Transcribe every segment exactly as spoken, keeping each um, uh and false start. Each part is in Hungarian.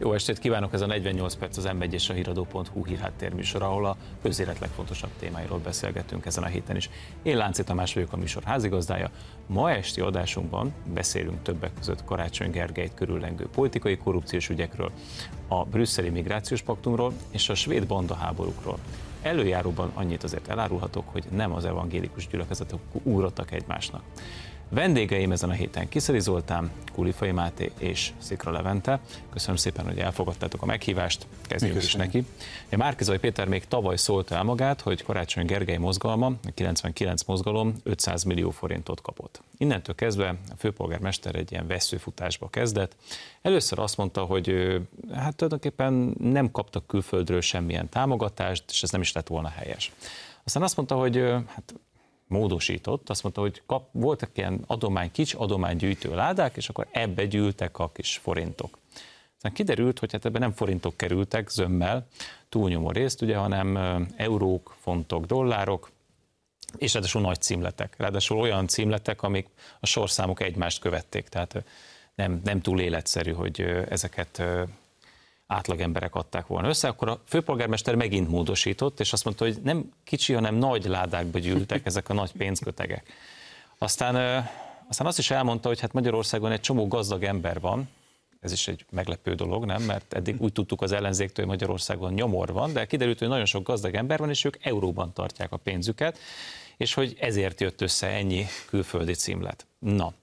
Jó estét kívánok, ez a negyvennyolc perc az em egy és a híradó pont hu hírháttérműsor, ahol a közélet legfontosabb témáiról beszélgetünk ezen a héten is. Én Lánci Tamás vagyok, a műsor házigazdája. Ma esti adásunkban beszélünk többek között Karácsony Gergelyt körüllengő politikai korrupciós ügyekről, a brüsszeli migrációs paktumról és a svéd bandaháborúkról. Előjáróban annyit azért elárulhatok, hogy nem az evangélikus gyülekezetek ugrottak egymásnak. Vendégeim ezen a héten Kiszeli Zoltán, Kulifai Máté és Szikra Levente. Köszönöm szépen, hogy elfogadtátok a meghívást, kezdjünk is neki. Márki-Zay Péter még tavaly szólta el magát, hogy Karácsony Gergely mozgalma, a kilencvenkilenc mozgalom ötszáz millió forintot kapott. Innentől kezdve a főpolgármester egy ilyen vesszőfutásba kezdett. Először azt mondta, hogy hát tulajdonképpen nem kaptak külföldről semmilyen támogatást, és ez nem is lett volna helyes. Aztán azt mondta, hogy hát módosított, azt mondta, hogy kap, voltak ilyen adomány, kicsi adománygyűjtő ládák, és akkor ebbe gyűltek a kis forintok. Aztán kiderült, hogy hát ebben nem forintok kerültek zömmel, túlnyomó részt, ugye, hanem eurók, fontok, dollárok, és ráadásul nagy címletek. Ráadásul olyan címletek, amik a sorszámok egymást követték, tehát nem, nem túl életszerű, hogy ezeket átlagemberek adták volna össze, akkor a főpolgármester megint módosított, és azt mondta, hogy nem kicsi, hanem nagy ládákba gyűltek ezek a nagy pénzkötegek. Aztán, aztán azt is elmondta, hogy hát Magyarországon egy csomó gazdag ember van, ez is egy meglepő dolog, nem? Mert eddig úgy tudtuk az ellenzéktől, hogy Magyarországon nyomor van, de kiderült, hogy nagyon sok gazdag ember van, és ők euróban tartják a pénzüket, és hogy ezért jött össze ennyi külföldi címlet. Na,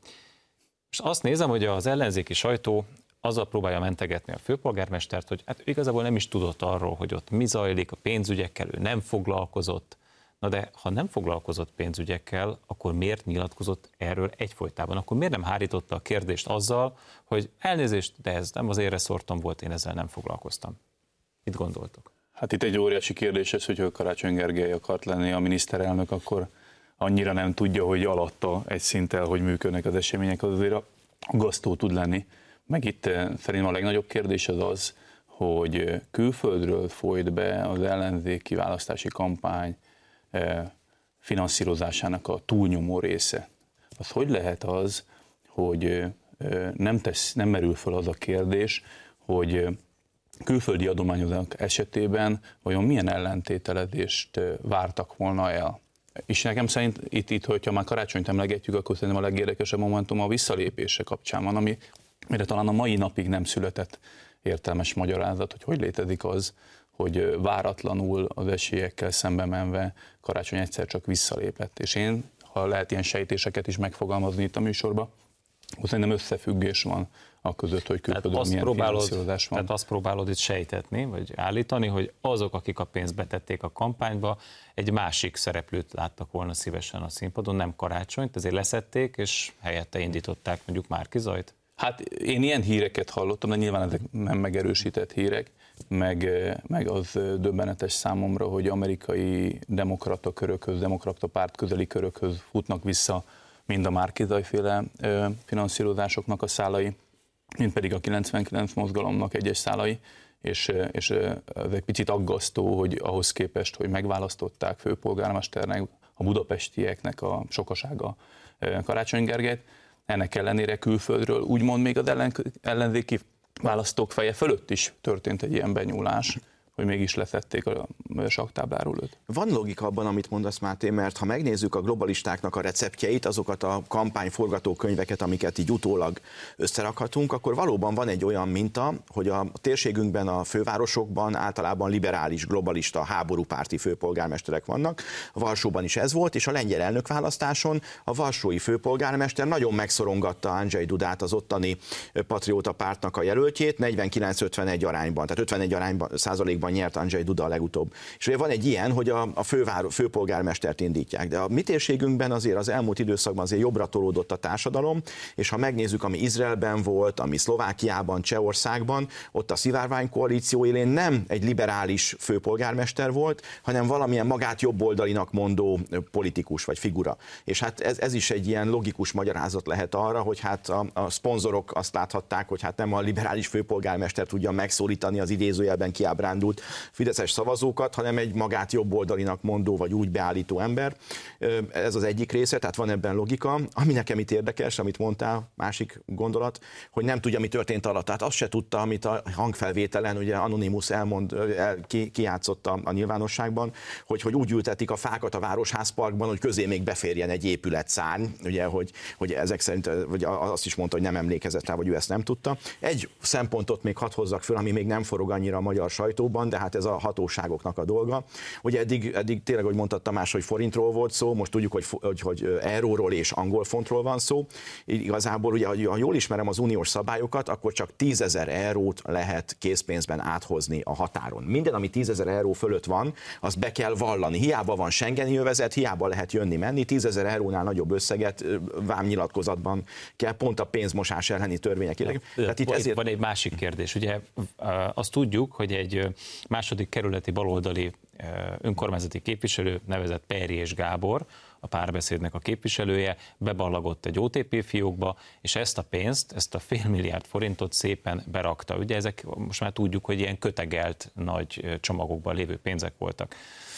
és azt nézem, hogy az ellenzéki sajtó azzal próbálja mentegetni a főpolgármestert, hogy hát igazából nem is tudott arról, hogy ott mi zajlik, a pénzügyekkel ő nem foglalkozott. Na de ha nem foglalkozott pénzügyekkel, akkor miért nyilatkozott erről egyfolytában? Akkor miért nem hárította a kérdést azzal, hogy elnézést, de ez nem az én reszortom volt, én ezzel nem foglalkoztam. Mit gondoltok? Hát itt egy óriási kérdés ez, hogy Karácsony Gergely akart lenni a miniszterelnök, akkor annyira nem tudja, hogy alatta egy szinttel, hogy működnek az események, az azért aggasztó tud lenni. Meg itt szerintem a legnagyobb kérdés az az, hogy külföldről folyt be az ellenzéki választási kampány finanszírozásának a túlnyomó része. Az hogy lehet az, hogy nem, tesz, nem merül fel az a kérdés, hogy külföldi adományozók esetében vajon milyen ellentételezést vártak volna el? És nekem szerint itt, itt hogyha már karácsonyt emlegetjük, akkor szerintem a legérdekesebb momentum a visszalépése kapcsán van, ami mire talán a mai napig nem született értelmes magyarázat, hogy hogy létezik az, hogy váratlanul az esélyekkel szembe menve Karácsony egyszer csak visszalépett. És én, ha lehet ilyen sejtéseket is megfogalmazni itt a műsorban, akkor szerintem összefüggés van a között, hogy külföldön milyen finanszírozás van. Tehát azt próbálod itt sejtetni, vagy állítani, hogy azok, akik a pénzt betették a kampányba, egy másik szereplőt láttak volna szívesen a színpadon, nem Karácsonyt, ezért leszették, és helyette indították mondjuk Márki-Zayt. Hát én ilyen híreket hallottam, de nyilván ezek nem megerősített hírek, meg, meg az döbbenetes számomra, hogy amerikai demokrata körökhöz, demokrata párt közeli körökhöz futnak vissza mind a Márki-Zay féle finanszírozásoknak a szálai, mint pedig a kilencvenkilenc mozgalomnak egyes szálai, és, és ez egy picit aggasztó, hogy ahhoz képest, hogy megválasztották főpolgármesternek, a budapestieknek a sokasága Karácsony Gergelyt, ennek ellenére külföldről úgymond még az ellen, ellenzéki választók feje fölött is történt egy ilyen benyúlás, hogy mégis leszették a saktábláról őt. Van logika abban, amit mondasz, Máté, mert ha megnézzük a globalistáknak a receptjeit, azokat a kampányforgatókönyveket, amiket így utólag összerakhatunk, akkor valóban van egy olyan minta, hogy a térségünkben, a fővárosokban általában liberális, globalista, háborúpárti főpolgármesterek vannak. A Varsóban is ez volt, és a lengyel elnökválasztáson a varsói főpolgármester nagyon megszorongatta Andrzej Dudát, az ottani patrióta pártnak a jelöltjét, negyvenkilenc ötvenegy arányban, tehát ötvenegy arányban, százalékban nyert Andrzej Duda a legutóbb. És ugye van egy ilyen, hogy a, a fővár, főpolgármestert indítják, de a mi térségünkben azért az elmúlt időszakban azért jobbra tolódott a társadalom, és ha megnézzük, ami Izraelben volt, ami Szlovákiában, Csehországban, ott a szivárvány koalíció élén nem egy liberális főpolgármester volt, hanem valamilyen magát jobboldalinak mondó politikus vagy figura. És hát ez, ez is egy ilyen logikus magyarázat lehet arra, hogy hát a, a szponzorok azt láthatták, hogy hát nem a liberális főpolgármester tudja megszólítani az idézőjelben kiábrándult abszolút fideszes szavazókat, hanem egy magát jobboldalinak mondó vagy úgy beállító ember. Ez az egyik része, tehát van ebben logika. Ami nekem itt érdekes, amit mondtál, másik gondolat, hogy nem tudja, mi történt alatt. Tehát azt se tudta, amit a hangfelvételen ugye Anonymous elmond, el, ki, kijátszott a, a nyilvánosságban, hogy, hogy úgy ültetik a fákat a Városházparkban, hogy közé még beférjen egy épületszárny, ugye, hogy, hogy ezek szerint, vagy azt is mondta, hogy nem emlékezett rá, vagy ő ezt nem tudta. Egy szempontot még hadd hozzak föl, ami még nem forog annyira a magyar sajtóban, de hát ez a hatóságoknak a dolga. Ugye eddig, eddig tényleg, hogy mondta Tamás, hogy forintról volt szó, most tudjuk, hogy, hogy, hogy euróról és angol fontról van szó. Igazából, ugye, ha jól ismerem az uniós szabályokat, akkor csak tízezer eurót lehet készpénzben áthozni a határon. Minden, ami tízezer euró fölött van, azt be kell vallani. Hiába van Schengeni övezet, hiába lehet jönni-menni, tízezer eurónál nagyobb összeget vámnyilatkozatban kell, pont a pénzmosás elleni törvények. Tehát itt ezért... Van egy másik kérdés. Ugye azt tudjuk, hogy egy második kerületi baloldali önkormányzati képviselő, nevezett Perjes Gábor, a Párbeszédnek a képviselője, beballagott egy o té pé fiókba, és ezt a pénzt, ezt a fél milliárd forintot szépen berakta. Ugye ezek most már tudjuk, hogy ilyen kötegelt nagy csomagokban lévő pénzek voltak.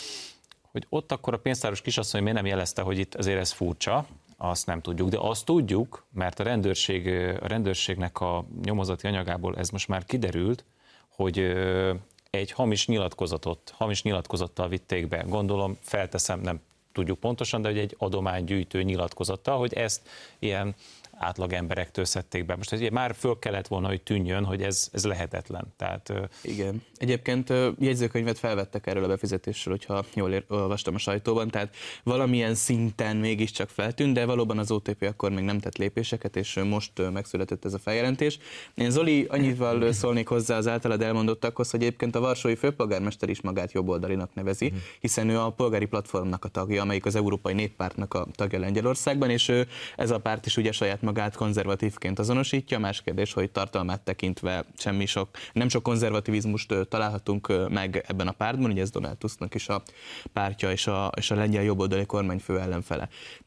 Hogy ott akkor a pénztáros kisasszony miért nem jelezte, hogy itt azért ez furcsa, azt nem tudjuk, de azt tudjuk, mert a, rendőrség, a rendőrségnek a nyomozati anyagából ez most már kiderült, hogy egy hamis nyilatkozatot, hamis nyilatkozattal vitték be. Gondolom, felteszem, nem tudjuk pontosan, de hogy egy adománygyűjtő nyilatkozattal, hogy ezt ilyen átlag emberektől szedték be. Most ez már föl kellett volna, hogy tűnjön, hogy ez, ez lehetetlen. Tehát, igen. Egyébként jegyzőkönyvet felvettek erről a befizetésről, hogyha jól olvastam a sajtóban, tehát valamilyen szinten mégiscsak feltűnt, de valóban az o té pé akkor még nem tett lépéseket, és most megszületett ez a feljelentés. Én Zoli, annyival szólnék hozzá az általad elmondottakhoz, hogy egyébként a varsói főpolgármester is magát jobboldalinak nevezi, hiszen ő a polgári platformnak a tagja, amelyik az Európai Néppártnak a tagja Lengyelországban, és ő, ez a párt is ugye saját magát konzervatívként azonosítja. Más kérdés, hogy tartalmát tekintve semmi sok, nem sok konzervativizmust találhatunk meg ebben a pártban, ugye ez Donald Tusknak is a pártja és a, és a lengyel jobboldali kormányfő ellenfele.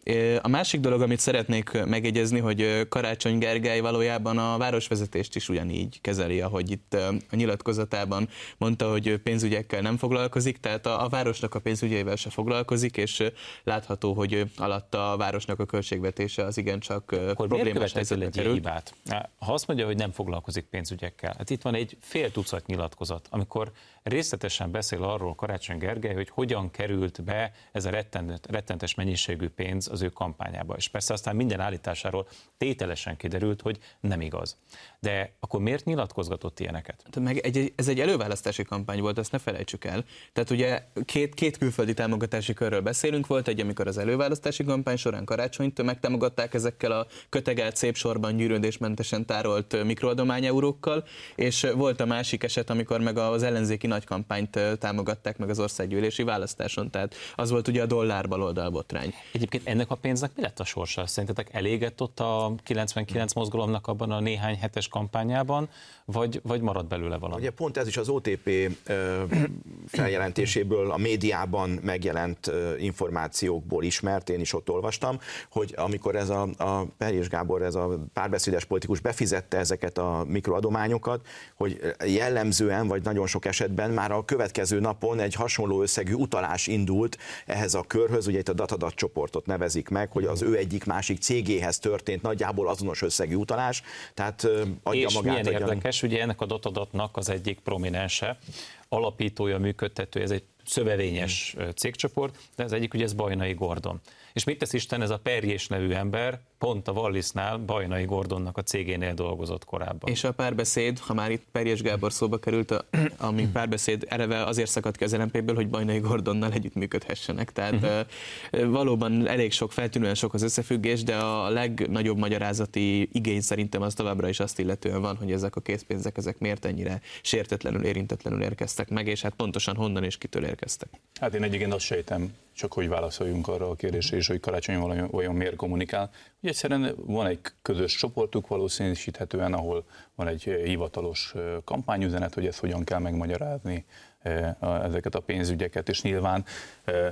A másik dolog, amit szeretnék megjegyezni, hogy Karácsony Gergely valójában a városvezetést is ugyanígy kezeli, ahogy itt a nyilatkozatában mondta, hogy pénzügyekkel nem foglalkozik, tehát a, a városnak a pénzügyeivel se foglalkozik, és látható, hogy alatta a városnak a költségvetése az igencsak problémás helyzetbe kerül. Ha azt mondja, hogy nem foglalkozik pénzügyekkel, hát itt van egy fél tucat nyilatkozat, amikor részletesen beszél arról Karácsony Gergely, hogy hogyan került be ez a rettentes mennyiségű pénz az ő kampányába. És persze aztán minden állításáról tételesen kiderült, hogy nem igaz. De akkor miért nyilatkozgatott ilyeneket? Meg egy, ez egy előválasztási kampány volt, ezt ne felejtsük el. Tehát ugye két, két külföldi támogatási körről beszélünk, volt egy, amikor az előválasztási kampány során Karácsonyt megtámogatták ezekkel a kötegelt szép sorban gyűrődésmentesen tárolt mikroadományeurókkal, és volt a másik eset, amikor meg az ellenzéki nagy kampányt támogatták meg az országgyűlési választáson, tehát az volt ugye a dollár baloldal botrány. Egyébként ennek a pénznek mi lett a sorsa? Szerintetek elégett ott a kilencvenkilenc mozgalomnak abban a néhány hetes kampányában, vagy, vagy maradt belőle valami? Ugye pont ez is az o té pé feljelentéséből, a médiában megjelent információkból ismert, én is ott olvastam, hogy amikor ez a, a Perjes Gábor, ez a párbeszédes politikus befizette ezeket a mikroadományokat, hogy jellemzően, vagy nagyon sok esetben már a következő napon egy hasonló összegű utalás indult ehhez a körhöz, ugye itt a Datadat csoportot nevezik meg, hogy az ő egyik másik cégéhez történt nagyjából azonos összegű utalás, tehát adja és magát. És milyen érdekes, ugye ennek a Datadatnak az egyik prominense, alapítója, működtetője, ez egy szövevényes cégcsoport, de az egyik ugye ez Bajnai Gordon. És mit tesz Isten, ez a Perjes nevű ember pont a Wallisnál Bajnai Gordonnak a cégénél dolgozott korábban. És a Párbeszéd, ha már itt Perjes Gábor szóba került, a, ami Párbeszéd eleve azért szakadt ki az el em péből, hogy Bajnai Gordonnal együttműködhessenek. Tehát uh-huh. valóban elég sok, feltűnően sok az összefüggés, de a legnagyobb magyarázati igény szerintem az továbbra is azt illetően van, hogy ezek a készpénzek, ezek miért ennyire sértetlenül, érintetlenül érkeztek meg, és hát pontosan honnan és kitől érkeztek. Hát én egyébként azt sejtem, csak hogy válaszoljunk arra a kérdésre is, hogy Karácsony vajon miért kommunikál. Ugye egyszerűen van egy közös csoportuk valószínűsíthetően, ahol van egy hivatalos kampányüzenet, hogy ezt hogyan kell megmagyarázni ezeket a pénzügyeket, és nyilván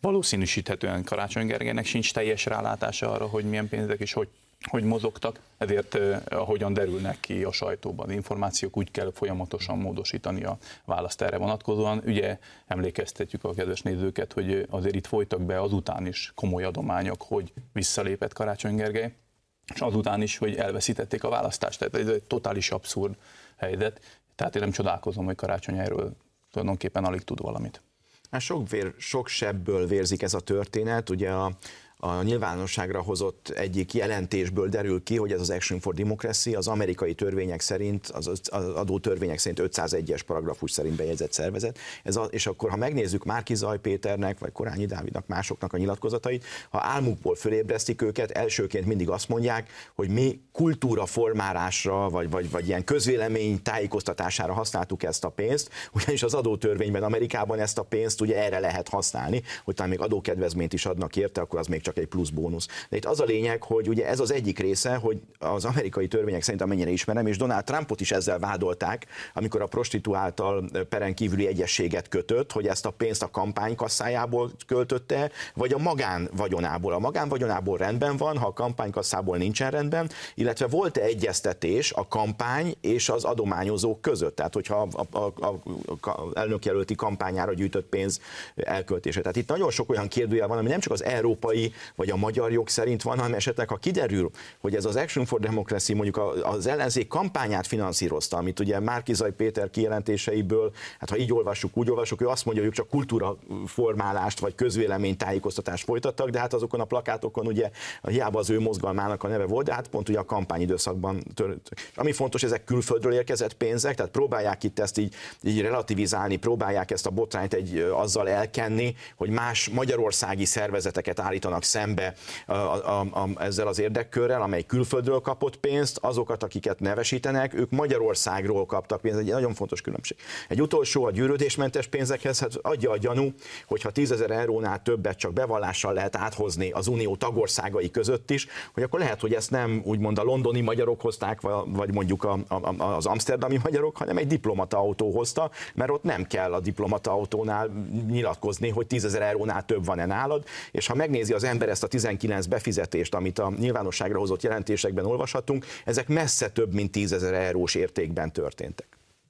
valószínűsíthetően Karácsony Gergelynek sincs teljes rálátása arra, hogy milyen pénzek és hogy, hogy mozogtak, ezért ahogyan derülnek ki a sajtóban információk, úgy kell folyamatosan módosítani a választ erre vonatkozóan. Ugye emlékeztetjük a kedves nézőket, hogy azért itt folytak be azután is komoly adományok, hogy visszalépett Karácsony Gergely, és azután is, hogy elveszítették a választást. Tehát ez egy totális abszurd helyzet. Tehát én nem csodálkozom, hogy Karácsony erről tulajdonképpen alig tud valamit. Hát sok, vér, sok sebből vérzik ez a történet, ugye a, a nyilvánosságra hozott egyik jelentésből derül ki, hogy ez az Action for Democracy az amerikai törvények szerint, az, az adó törvények szerint ötszázegyes paragrafus szerint bejegyzett szervezet. Ez a, és akkor, ha megnézzük Márki Zaj Péternek, vagy Korányi Dávidnak, másoknak a nyilatkozatait, ha álmukból fölébresztik őket, elsőként mindig azt mondják, hogy mi kultúraformálásra, vagy, vagy, vagy ilyen közvélemény tájékoztatására használtuk ezt a pénzt, ugyanis az adótörvényben Amerikában ezt a pénzt ugye erre lehet használni, hogy talán még adókedvezményt is adnak érte, akkor az még csak egy plusz bónusz. De itt az a lényeg, hogy ugye ez az egyik része, hogy az amerikai törvények szerint, amennyire ismerem, és Donald Trumpot is ezzel vádolták, amikor a prostituáltal peren kívüli egyezséget kötött, hogy ezt a pénzt a kampánykasszájából költötte, vagy a magánvagyonából. A magánvagyonából rendben van, ha a kampánykasszából nincsen rendben, illetve volt-e egyeztetés a kampány és az adományozók között, tehát hogyha a, a, a, a elnökjelölti kampányára gyűjtött pénz elköltése. Tehát itt nagyon sok olyan kérdőjel van, ami nem csak az európai vagy a magyar jog szerint van, hanem esetleg ha kiderül, hogy ez az Action for Democracy mondjuk az ellenzék kampányát finanszírozta, amit ugye Márki Zaj Péter kijelentéseiből, hát ha így olvassuk, úgy olvassuk, ő azt mondja, hogy ők csak kultúraformálást vagy közvéleménytájékoztatást folytattak, de hát azokon a plakátokon ugye hiába az ő mozgalmának a neve volt, de hát pont ugye a kampányidőszakban tört. Ami fontos, ezek külföldről érkezett pénzek, tehát próbálják itt ezt így, így relativizálni, próbálják ezt a botrányt egy, azzal elkenni, hogy más magyarországi szervezeteket állítanak szembe a, a, a, ezzel az érdekkörrel, amely külföldről kapott pénzt, azokat, akiket nevesítenek, ők Magyarországról kaptak pénzt, egy nagyon fontos különbség. Egy utolsó a gyűrődésmentes pénzekhez, hát adja a gyanú, hogyha tízezer eurónál többet csak bevallással lehet áthozni az unió tagországai között is, hogy akkor lehet, hogy ezt nem úgymond a londoni magyarok hozták, vagy mondjuk a, a, az amszterdami magyarok, hanem egy diplomata autó hozta, mert ott nem kell a diplomata autónál nyilatkozni, hogy tízezer eurónál több van-e nálad, és ha megnézi az ember ezt a tizenkilenc befizetést, amit a nyilvánosságra hozott jelentésekben olvashatunk, ezek messze több mint tízezer eurós értékben történtek.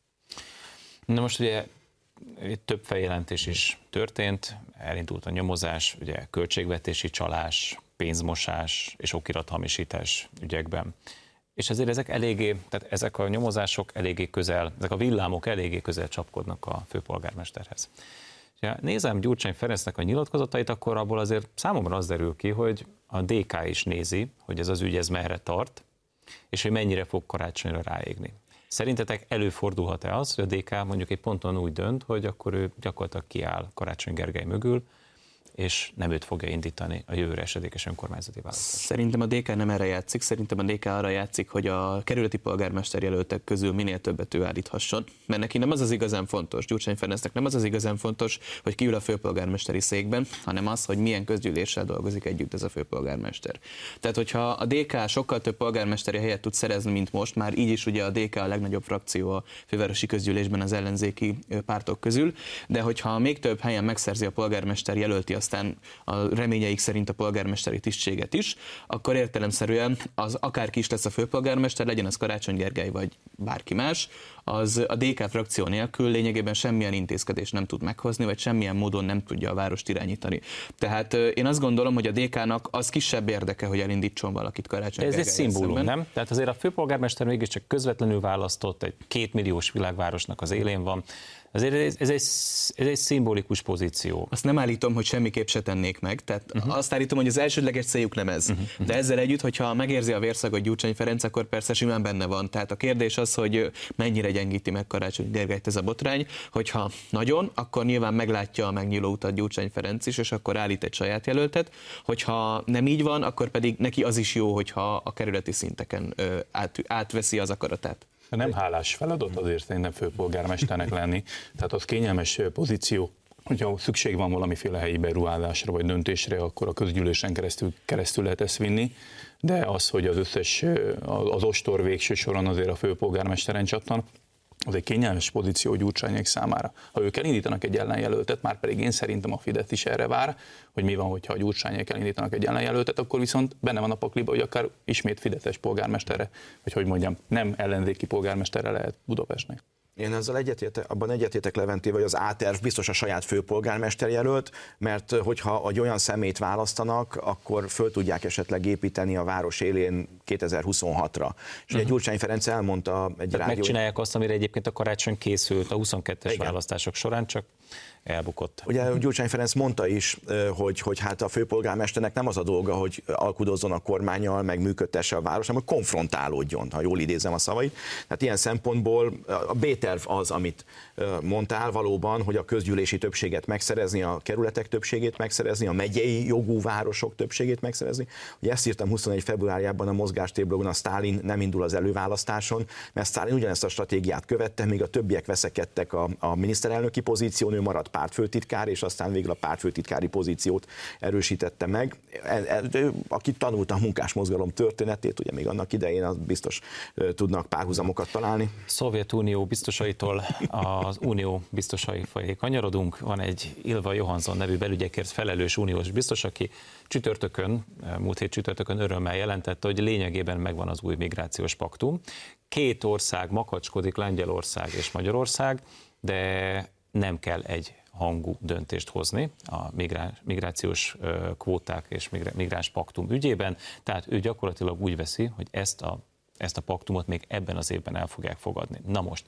Na most ugye több feljelentés is történt, elindult a nyomozás, ugye költségvetési csalás, pénzmosás és okirathamisítás ügyekben. És azért ezek eléggé, tehát ezek a nyomozások eléggé közel, ezek a villámok eléggé közel csapkodnak a főpolgármesterhez. Ha nézem Gyurcsány Ferencnek a nyilatkozatait, akkor abból azért számomra az derül ki, hogy a dé ká is nézi, hogy ez az ügy ez merre tart, és hogy mennyire fog Karácsonyra ráégni. Szerintetek előfordulhat-e az, hogy a dé ká mondjuk egy ponton úgy dönt, hogy akkor ő gyakorlatilag kiáll Karácsony Gergely mögül, és nem őt fogja indítani a jövőre esedékes önkormányzati választást? Szerintem a dé ká nem erre játszik, szerintem a dé ká arra játszik, hogy a kerületi polgármester jelöltek közül minél többet ő állíthasson. Mert neki nem az az igazán fontos, Gyurcsány Ferencnek nem az az igazán fontos, hogy kiül a főpolgármesteri székben, hanem az, hogy milyen közgyűléssel dolgozik együtt ez a főpolgármester. Tehát, hogyha a dé ká sokkal több polgármesteri helyet tud szerezni, mint most, már így is ugye a dé ká a legnagyobb frakció a fővárosi közgyűlésben az ellenzéki pártok közül, de hogyha még több helyen megszerzi a polgármester jelölti aztán a reményeik szerint a polgármesteri tisztséget is, akkor értelemszerűen az akárki is lesz a főpolgármester, legyen az Karácsony Gergely vagy bárki más, az a dé ká frakció nélkül lényegében semmilyen intézkedést nem tud meghozni, vagy semmilyen módon nem tudja a várost irányítani. Tehát én azt gondolom, hogy a dé ká-nak az kisebb érdeke, hogy elindítson valakit Karácsony Gergely. Ez egy szimbólum, szemben. Nem? Tehát azért a főpolgármester mégiscsak közvetlenül választott, egy kétmilliós világvárosnak az élén van. Azért ez, ez, egy, ez egy szimbolikus pozíció. Azt nem állítom, hogy semmiképp se tennék meg, tehát uh-huh. azt állítom, hogy az elsődleges céljuk nem ez. Uh-huh. De ezzel együtt, hogyha megérzi a vérszagot Gyurcsány Ferenc, akkor persze simán benne van. Tehát a kérdés az, hogy mennyire gyengíti meg Karácsony Gergelyt ez a botrány, hogyha nagyon, akkor nyilván meglátja a megnyíló utat Gyurcsány Ferenc is, és akkor állít egy saját jelöltet. Hogyha nem így van, akkor pedig neki az is jó, hogyha a kerületi szinteken át, átveszi az akaratát. Nem hálás feladat azért szerintem főpolgármesternek lenni, tehát az kényelmes pozíció, hogyha szükség van valamiféle helyi beruházásra vagy döntésre, akkor a közgyűlésen keresztül, keresztül lehet ezt vinni, de az, hogy az összes, az ostor végső soron azért a főpolgármesteren csattan, az egy kényelmes pozíció Gyurcsányék számára. Ha ők elindítanak egy ellenjelöltet, már pedig én szerintem a Fidesz is erre vár, hogy mi van, hogyha a Gyurcsányék elindítanak egy ellenjelöltet, akkor viszont benne van a pakliba, hogy akár ismét fideszes polgármestere, vagy hogy mondjam, nem ellenzéki polgármestere lehet Budapestnek. Én ezzel egyetértek, abban egyetértek Leventével, hogy az A-terv biztos a saját főpolgármester jelölt, mert hogyha egy olyan személyt választanak, akkor föl tudják esetleg építeni a város élén kétezer-huszonhatra. És ugye Gyurcsány Ferenc elmondta egy Tehát rádió... megcsinálják azt, amire egyébként a karácsony készült a huszonkettes Igen. választások során, csak elbukott. Ugye Gyurcsány Ferenc mondta is, hogy, hogy hát a főpolgármesternek nem az a dolga, hogy alkudozzon a kormánnyal, meg működtesse a város, hanem hogy konfrontálódjon, ha jól idézem a szavait. Tehát ilyen szempontból a B-terv az, amit mondtál valóban, hogy a közgyűlési többséget megszerezni, a kerületek többségét megszerezni, a megyei jogú városok többségét megszerezni. Ugye ezt írtam huszonegy februárjában a Mozgástérblogon, a Sztálin nem indul az előválasztáson, mert Sztálin ugyanezt a stratégiát követte, míg a többiek veszekedtek a, a miniszterelnöki pozíción, ő maradt pártfőtitkár, és aztán végül a pártfőtitkári pozíciót erősítette meg. Aki tanulta a munkásmozgalom történetét, ugye még annak idején, az biztos tudnak párhuzamokat találni. Szovjetunió biztosaitól az unió biztosai felé kanyarodunk. Van egy Ilva Johansson nevű belügyekért felelős uniós biztos, aki csütörtökön, múlt hét csütörtökön örömmel jelentette, hogy lényegében megvan az új migrációs paktum. Két ország makacskodik, Lengyelország és Magyarország, de nem kell egy hangú döntést hozni a migrációs kvóták és migráns paktum ügyében, tehát ő gyakorlatilag úgy veszi, hogy ezt a, ezt a paktumot még ebben az évben el fogják fogadni. Na most,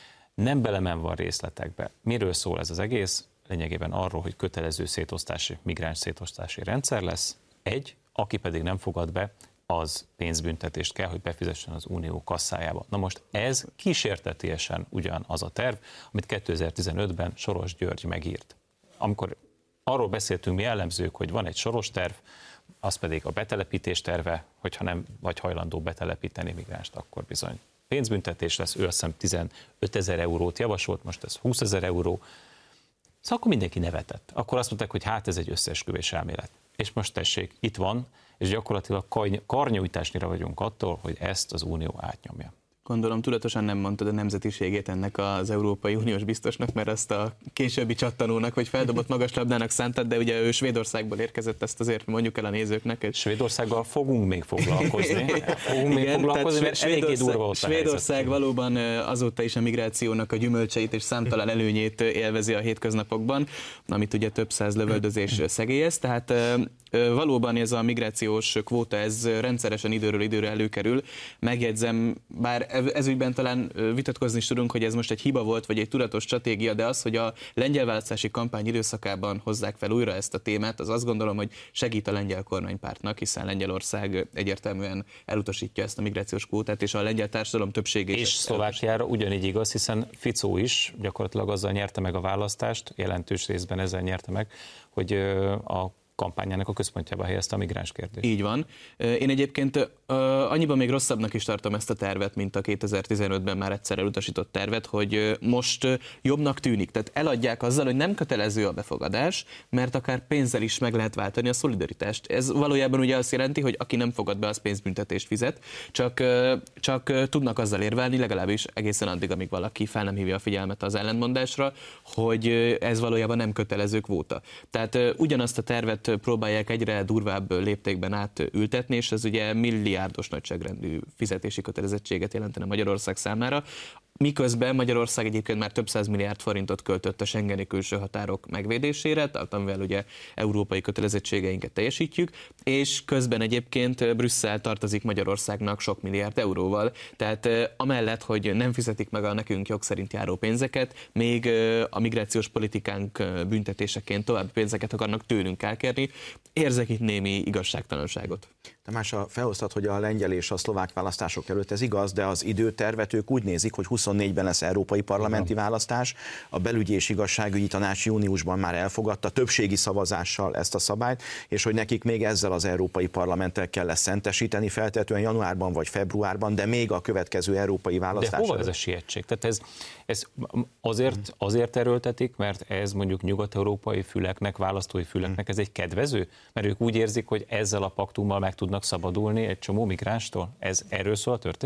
nem belemenve a részletekbe, miről szól ez az egész? Lényegében arról, hogy kötelező szétosztási, migráns szétosztási rendszer lesz, egy, aki pedig nem fogad be, az pénzbüntetést kell, hogy befizessen az unió kasszájába. Na most ez kísértetiesen ugyanaz a terv, amit kétezer-tizenötben Soros György megírt. Amikor arról beszéltünk mi jellemzők, hogy van egy Soros terv, az pedig a betelepítés terve, hogyha nem vagy hajlandó betelepíteni migránst, akkor bizony pénzbüntetés lesz. Ő azt hiszem tizenötezer eurót javasolt, most ez húszezer euró. Szóval akkor mindenki nevetett. Akkor azt mondták, hogy hát ez egy összeesküvés elmélet. És most tessék, itt van, és gyakorlatilag karnyújtásnyira vagyunk attól, hogy ezt az Unió átnyomja. Gondolom tudatosan nem mondtad a nemzetiségét ennek az Európai Uniós biztosnak, mert azt a későbbi csattanónak, vagy feldobott magas labdának szántad, de ugye ő Svédországból érkezett, ezt azért mondjuk el a nézőknek. Svédországgal fogunk még foglalkozni. Fogunk még Igen, foglalkozni, mert eléggé durva ott a Svédország helyzet. valóban azóta is a migrációnak a gyümölcseit és számtalan előnyét élvezi a hétköznapokban, amit ugye több száz lövöldözés szegélyez, tehát valóban ez a migrációs kvóta, ez rendszeresen időről időre előkerül. Megjegyzem, bár ezügyben talán vitatkozni is tudunk, hogy ez most egy hiba volt, vagy egy tudatos stratégia, de az, hogy a lengyel választási kampány időszakában hozzák fel újra ezt a témát, az azt gondolom, hogy segít a lengyel kormánypártnak, hiszen Lengyelország egyértelműen elutasítja ezt a migrációs kvótát, és a lengyel társadalom többsége és Szlovákiára ugyanígy igaz, hiszen Fico is gyakorlatilag azzal nyerte meg a választást, jelentős részben ezzel nyerte meg, hogy a kampányának a központjába helyezte a migráns kérdést. Így van. Én egyébként annyiban még rosszabbnak is tartom ezt a tervet, mint a kétezer-tizenötben már egyszer elutasított tervet, hogy most jobbnak tűnik. Tehát eladják azzal, hogy nem kötelező a befogadás, mert akár pénzzel is meg lehet váltani a szolidaritást. Ez valójában ugye azt jelenti, hogy aki nem fogad be, az pénzbüntetést fizet, csak, csak tudnak azzal érvelni, legalábbis egészen addig, amíg valaki fel nem hívja a figyelmet az ellentmondásra, hogy ez valójában nem kötelező kvóta. Tehát ugyanazt a tervet próbálják egyre durvább léptékben átültetni, és ez ugye milliárdos nagyságrendű fizetési kötelezettséget jelentene Magyarország számára, miközben Magyarország egyébként már több száz milliárd forintot költött a schengeni külső határok megvédésére, tehát amivel ugye európai kötelezettségeinket teljesítjük, és közben egyébként Brüsszel tartozik Magyarországnak sok milliárd euróval, tehát amellett, hogy nem fizetik meg a nekünk jog szerint járó pénzeket, még a migrációs politikánk büntetéseként további pénzeket akarnak tőlünk elkérni. Érzek itt némi igazságtalanságot. Tamás, felhoztad, hogy a lengyel és a szlovák választások előtt ez igaz, de az időtervet ők úgy nézik, hogy huszonnégyben lesz európai parlamenti választás, a belügyi és igazságügyi tanács júniusban már elfogadta többségi szavazással ezt a szabályt, és hogy nekik még ezzel az európai parlamenttel kell lesz szentesíteni, feltétlenül januárban vagy februárban, de még a következő európai választás. De hova előtt. ez a sietség? Tehát ez, ez azért, azért erőltetik, mert ez mondjuk nyugat-európai füleknek, választói füleknek ez egy kedvező? Mert ők úgy érzik, hogy ezzel a paktummal meg tudnak szabadulni egy csomó migránstól? Ez erről szól a történet?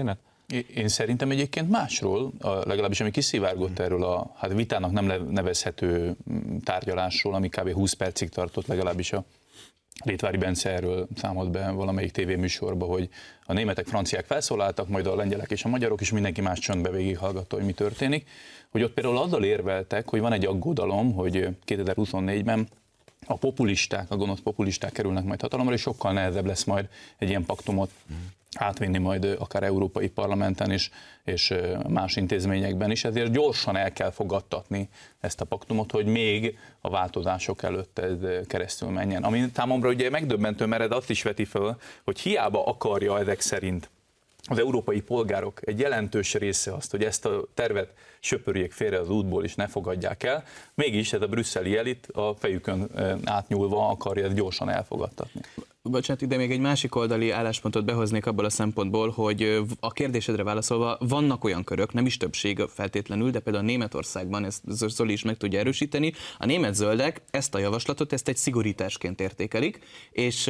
Én szerintem egyébként másról, legalábbis ami kiszivárgott erről a hát vitának nem nevezhető tárgyalásról, ami kb. húsz percig tartott, legalábbis a Rétvári Bence erről számolt be valamelyik tévéműsorba, hogy a németek, franciák felszólaltak, majd a lengyelek és a magyarok, és mindenki más csöndbe végighallgatta, hogy mi történik. Hogy ott például azzal érveltek, hogy van egy aggodalom, hogy kétezer-huszonnégyben a populisták, a gonosz populisták kerülnek majd hatalomra, és sokkal nehezebb lesz majd egy ilyen paktumot átvinni majd akár Európai Parlamenten is, és más intézményekben is, ezért gyorsan el kell fogadtatni ezt a paktumot, hogy még a változások előtt ez keresztül menjen. Ami számomra ugye megdöbbentő, mert ez azt is veti föl, hogy hiába akarja ezek szerint az európai polgárok egy jelentős része azt, hogy ezt a tervet söpörjék félre az útból és ne fogadják el, mégis ez a brüsszeli elit a fejükön átnyúlva akarja ezt gyorsan elfogadtatni. Bocsánat, ide még egy másik oldali álláspontot behoznék abból a szempontból, hogy a kérdésedre válaszolva vannak olyan körök, nem is többség feltétlenül, de például Németországban, ezt Zoli is meg tudja erősíteni, a német zöldek ezt a javaslatot, ezt egy szigorításként értékelik, és,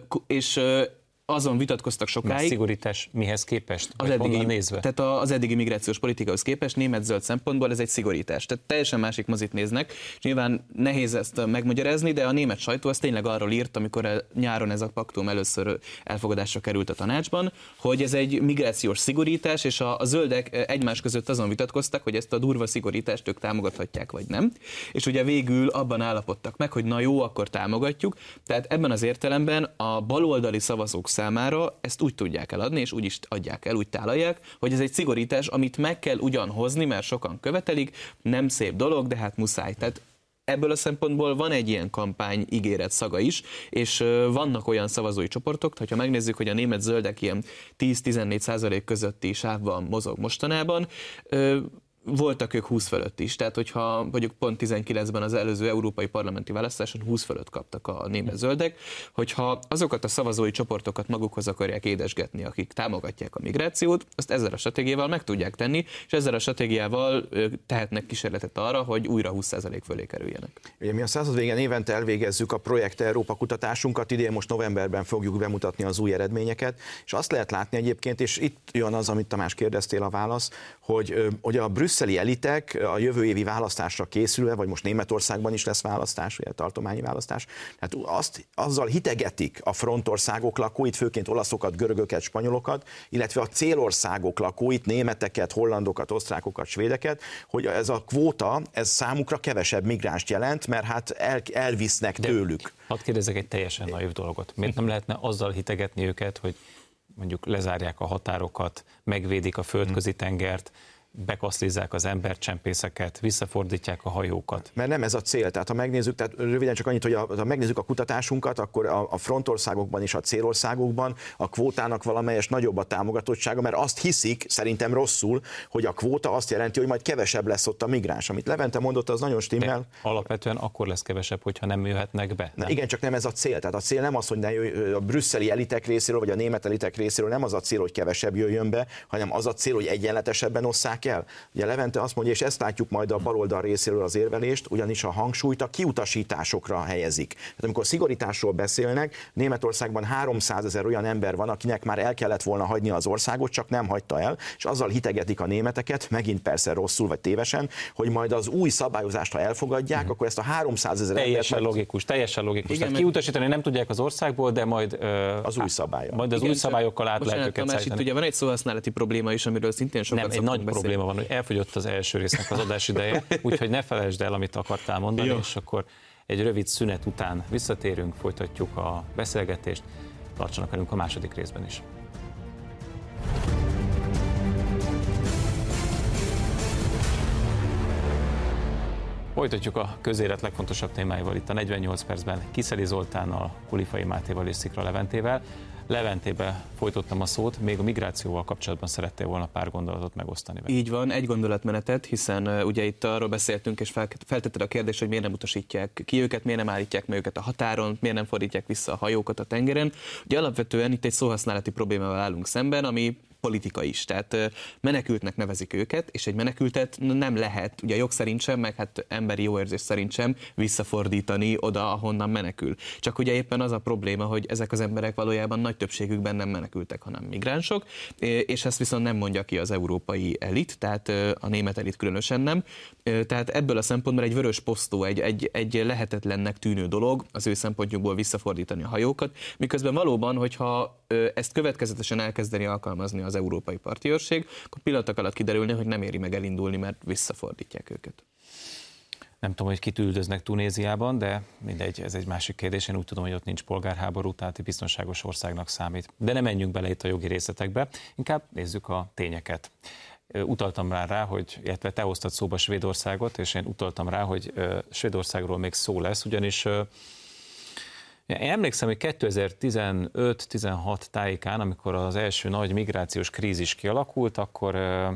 és azon vitatkoztak sokáig. A szigorítás mihez képest? Az eddigi, nézve? Tehát az eddigi migrációs politikához képest német zöld szempontból ez egy szigorítás. Tehát teljesen másik mozit néznek, és nyilván nehéz ezt megmagyarázni, de a német sajtó az tényleg arról írt, amikor nyáron ez a paktum először elfogadásra került a tanácsban, hogy ez egy migrációs szigorítás, és a, a zöldek egymás között azon vitatkoztak, hogy ezt a durva szigorítást ők támogathatják, vagy nem. És ugye végül abban állapodtak meg, hogy na jó, akkor támogatjuk. Tehát ebben az értelemben a baloldali szavazók számára ezt úgy tudják eladni, és úgy is adják el, úgy tálalják, hogy ez egy szigorítás, amit meg kell ugyan hozni, mert sokan követelik, nem szép dolog, de hát muszáj. Tehát ebből a szempontból van egy ilyen kampány ígéret szaga is, és vannak olyan szavazói csoportok, hogyha megnézzük, hogy a német zöldek ilyen tíz-tizennégy százalék közötti sávban mozog mostanában, voltak ők húsz fölött is, tehát hogyha mondjuk pont tizenkilencben az előző európai parlamenti választáson húsz fölött kaptak a német zöldek, hogyha azokat a szavazói csoportokat magukhoz akarják édesgetni, akik támogatják a migrációt, azt ezzel a stratégiával meg tudják tenni, és ezzel a stratégiával tehetnek kísérletet arra, hogy újra húsz százalék fölé kerüljenek. Ugye mi a század végén évente elvégezzük a Projekt Európa kutatásunkat, idén most novemberben fogjuk bemutatni az új eredményeket, és azt lehet látni egyébként, és itt jön az, amit Tamás kérdeztél a válasz, hogy, hogy a brüsszeli elitek a jövő évi választásra készülve, vagy most Németországban is lesz választás, ugye tartományi választás, hát azt, azzal hitegetik a frontországok lakóit, főként olaszokat, görögöket, spanyolokat, illetve a célországok lakóit, németeket, hollandokat, osztrákokat, svédeket, hogy ez a kvóta, ez számukra kevesebb migránst jelent, mert hát el, elvisznek De tőlük. Hadd kérdezek egy teljesen naiv dolgot. Miért nem lehetne azzal hitegetni őket, hogy mondjuk lezárják a határokat, megvédik a földközi tengert, bekaszlizzák az embercsempészeket, visszafordítják a hajókat. Mert nem ez a cél. Tehát ha megnézzük, tehát röviden csak annyit, hogy a, ha megnézzük a kutatásunkat, akkor a, a frontországokban és a célországokban a kvótának valamelyes nagyobb a támogatottsága, mert azt hiszik, szerintem rosszul, hogy a kvóta azt jelenti, hogy majd kevesebb lesz ott a migráns. Amit Levente mondott, az nagyon stimmel. De alapvetően akkor lesz kevesebb, hogyha nem jöhetnek be. Na, igen, csak nem ez a cél. Tehát a cél nem az, hogy ne jöjj, a brüsszeli elitek részéről, vagy a német elitek részéről nem az a cél, hogy kevesebb jöjjön be, hanem az a cél, hogy egyenletesebben osszák el. Ugye Levente azt mondja, és ezt látjuk majd a baloldal részéről az érvelést, ugyanis a hangsúlyt a kiutasításokra helyezik. Tehát amikor szigorításról beszélnek, Németországban háromszázezer olyan ember van, akinek már el kellett volna hagyni az országot, csak nem hagyta el, és azzal hitegetik a németeket, megint persze rosszul vagy tévesen, hogy majd az új szabályozást, ha elfogadják, akkor ezt a háromszázezer embert... Teljesen logikus, teljesen logikus. Igen, tehát kiutasítani nem tudják az országból, de majd az új szabálya. Majd az igen, új szabályokkal át lehet őket szállítani. Itt ugye van egy szóhasználati probléma is, amiről szintén sokat nem, egy nagy beszélni. Probléma van, hogy elfogyott az első résznek az adásideje, úgyhogy ne felejtsd el, amit akartál mondani, jó. És akkor egy rövid szünet után visszatérünk, folytatjuk a beszélgetést, tartsanak velünk a második részben is. Folytatjuk a közélet legfontosabb témáival itt a negyvennyolc percben Kiszeli Zoltánnal, Kulifai Mátéval és Szikra Leventével. Leventébe folytottam a szót, még a migrációval kapcsolatban szerettél volna pár gondolatot megosztani vele. Így van, egy gondolatmenetet, hiszen uh, ugye itt arról beszéltünk, és fel, feltetted a kérdést, hogy miért nem utasítják ki őket, miért nem állítják meg őket a határon, miért nem fordítják vissza a hajókat a tengeren. Ugye alapvetően itt egy szóhasználati problémával állunk szemben, ami politika is. Tehát menekültnek nevezik őket, és egy menekültet nem lehet, ugye a jog szerint sem, meg hát emberi jóérzés szerint sem visszafordítani oda, ahonnan menekül. Csak ugye éppen az a probléma, hogy ezek az emberek valójában nagy többségükben nem menekültek, hanem migránsok, és ezt viszont nem mondja ki az európai elit, tehát a német elit különösen nem. Tehát ebből a szempontból egy vörös posztó, egy, egy, egy lehetetlennek tűnő dolog az ő szempontjukból visszafordítani a hajókat, miközben valóban, hogyha ezt következetesen elkezdeni alkalmazni az európai parti őrség, akkor pillanatok alatt kiderülni, hogy nem éri meg elindulni, mert visszafordítják őket. Nem tudom, hogy kit üldöznek Tunéziában, de mindegy, ez egy másik kérdés. Én úgy tudom, hogy ott nincs polgárháború, tehát biztonságos országnak számít. De nem menjünk bele itt a jogi részletekbe, inkább nézzük a tényeket. Utaltam rá, rá, hogy, illetve te hoztad szóba Svédországot, és én utaltam rá, hogy Svédországról még szó lesz, ugyanis én emlékszem, hogy kétezer-tizenöt tizenhat tájékán, amikor az első nagy migrációs krízis kialakult, akkor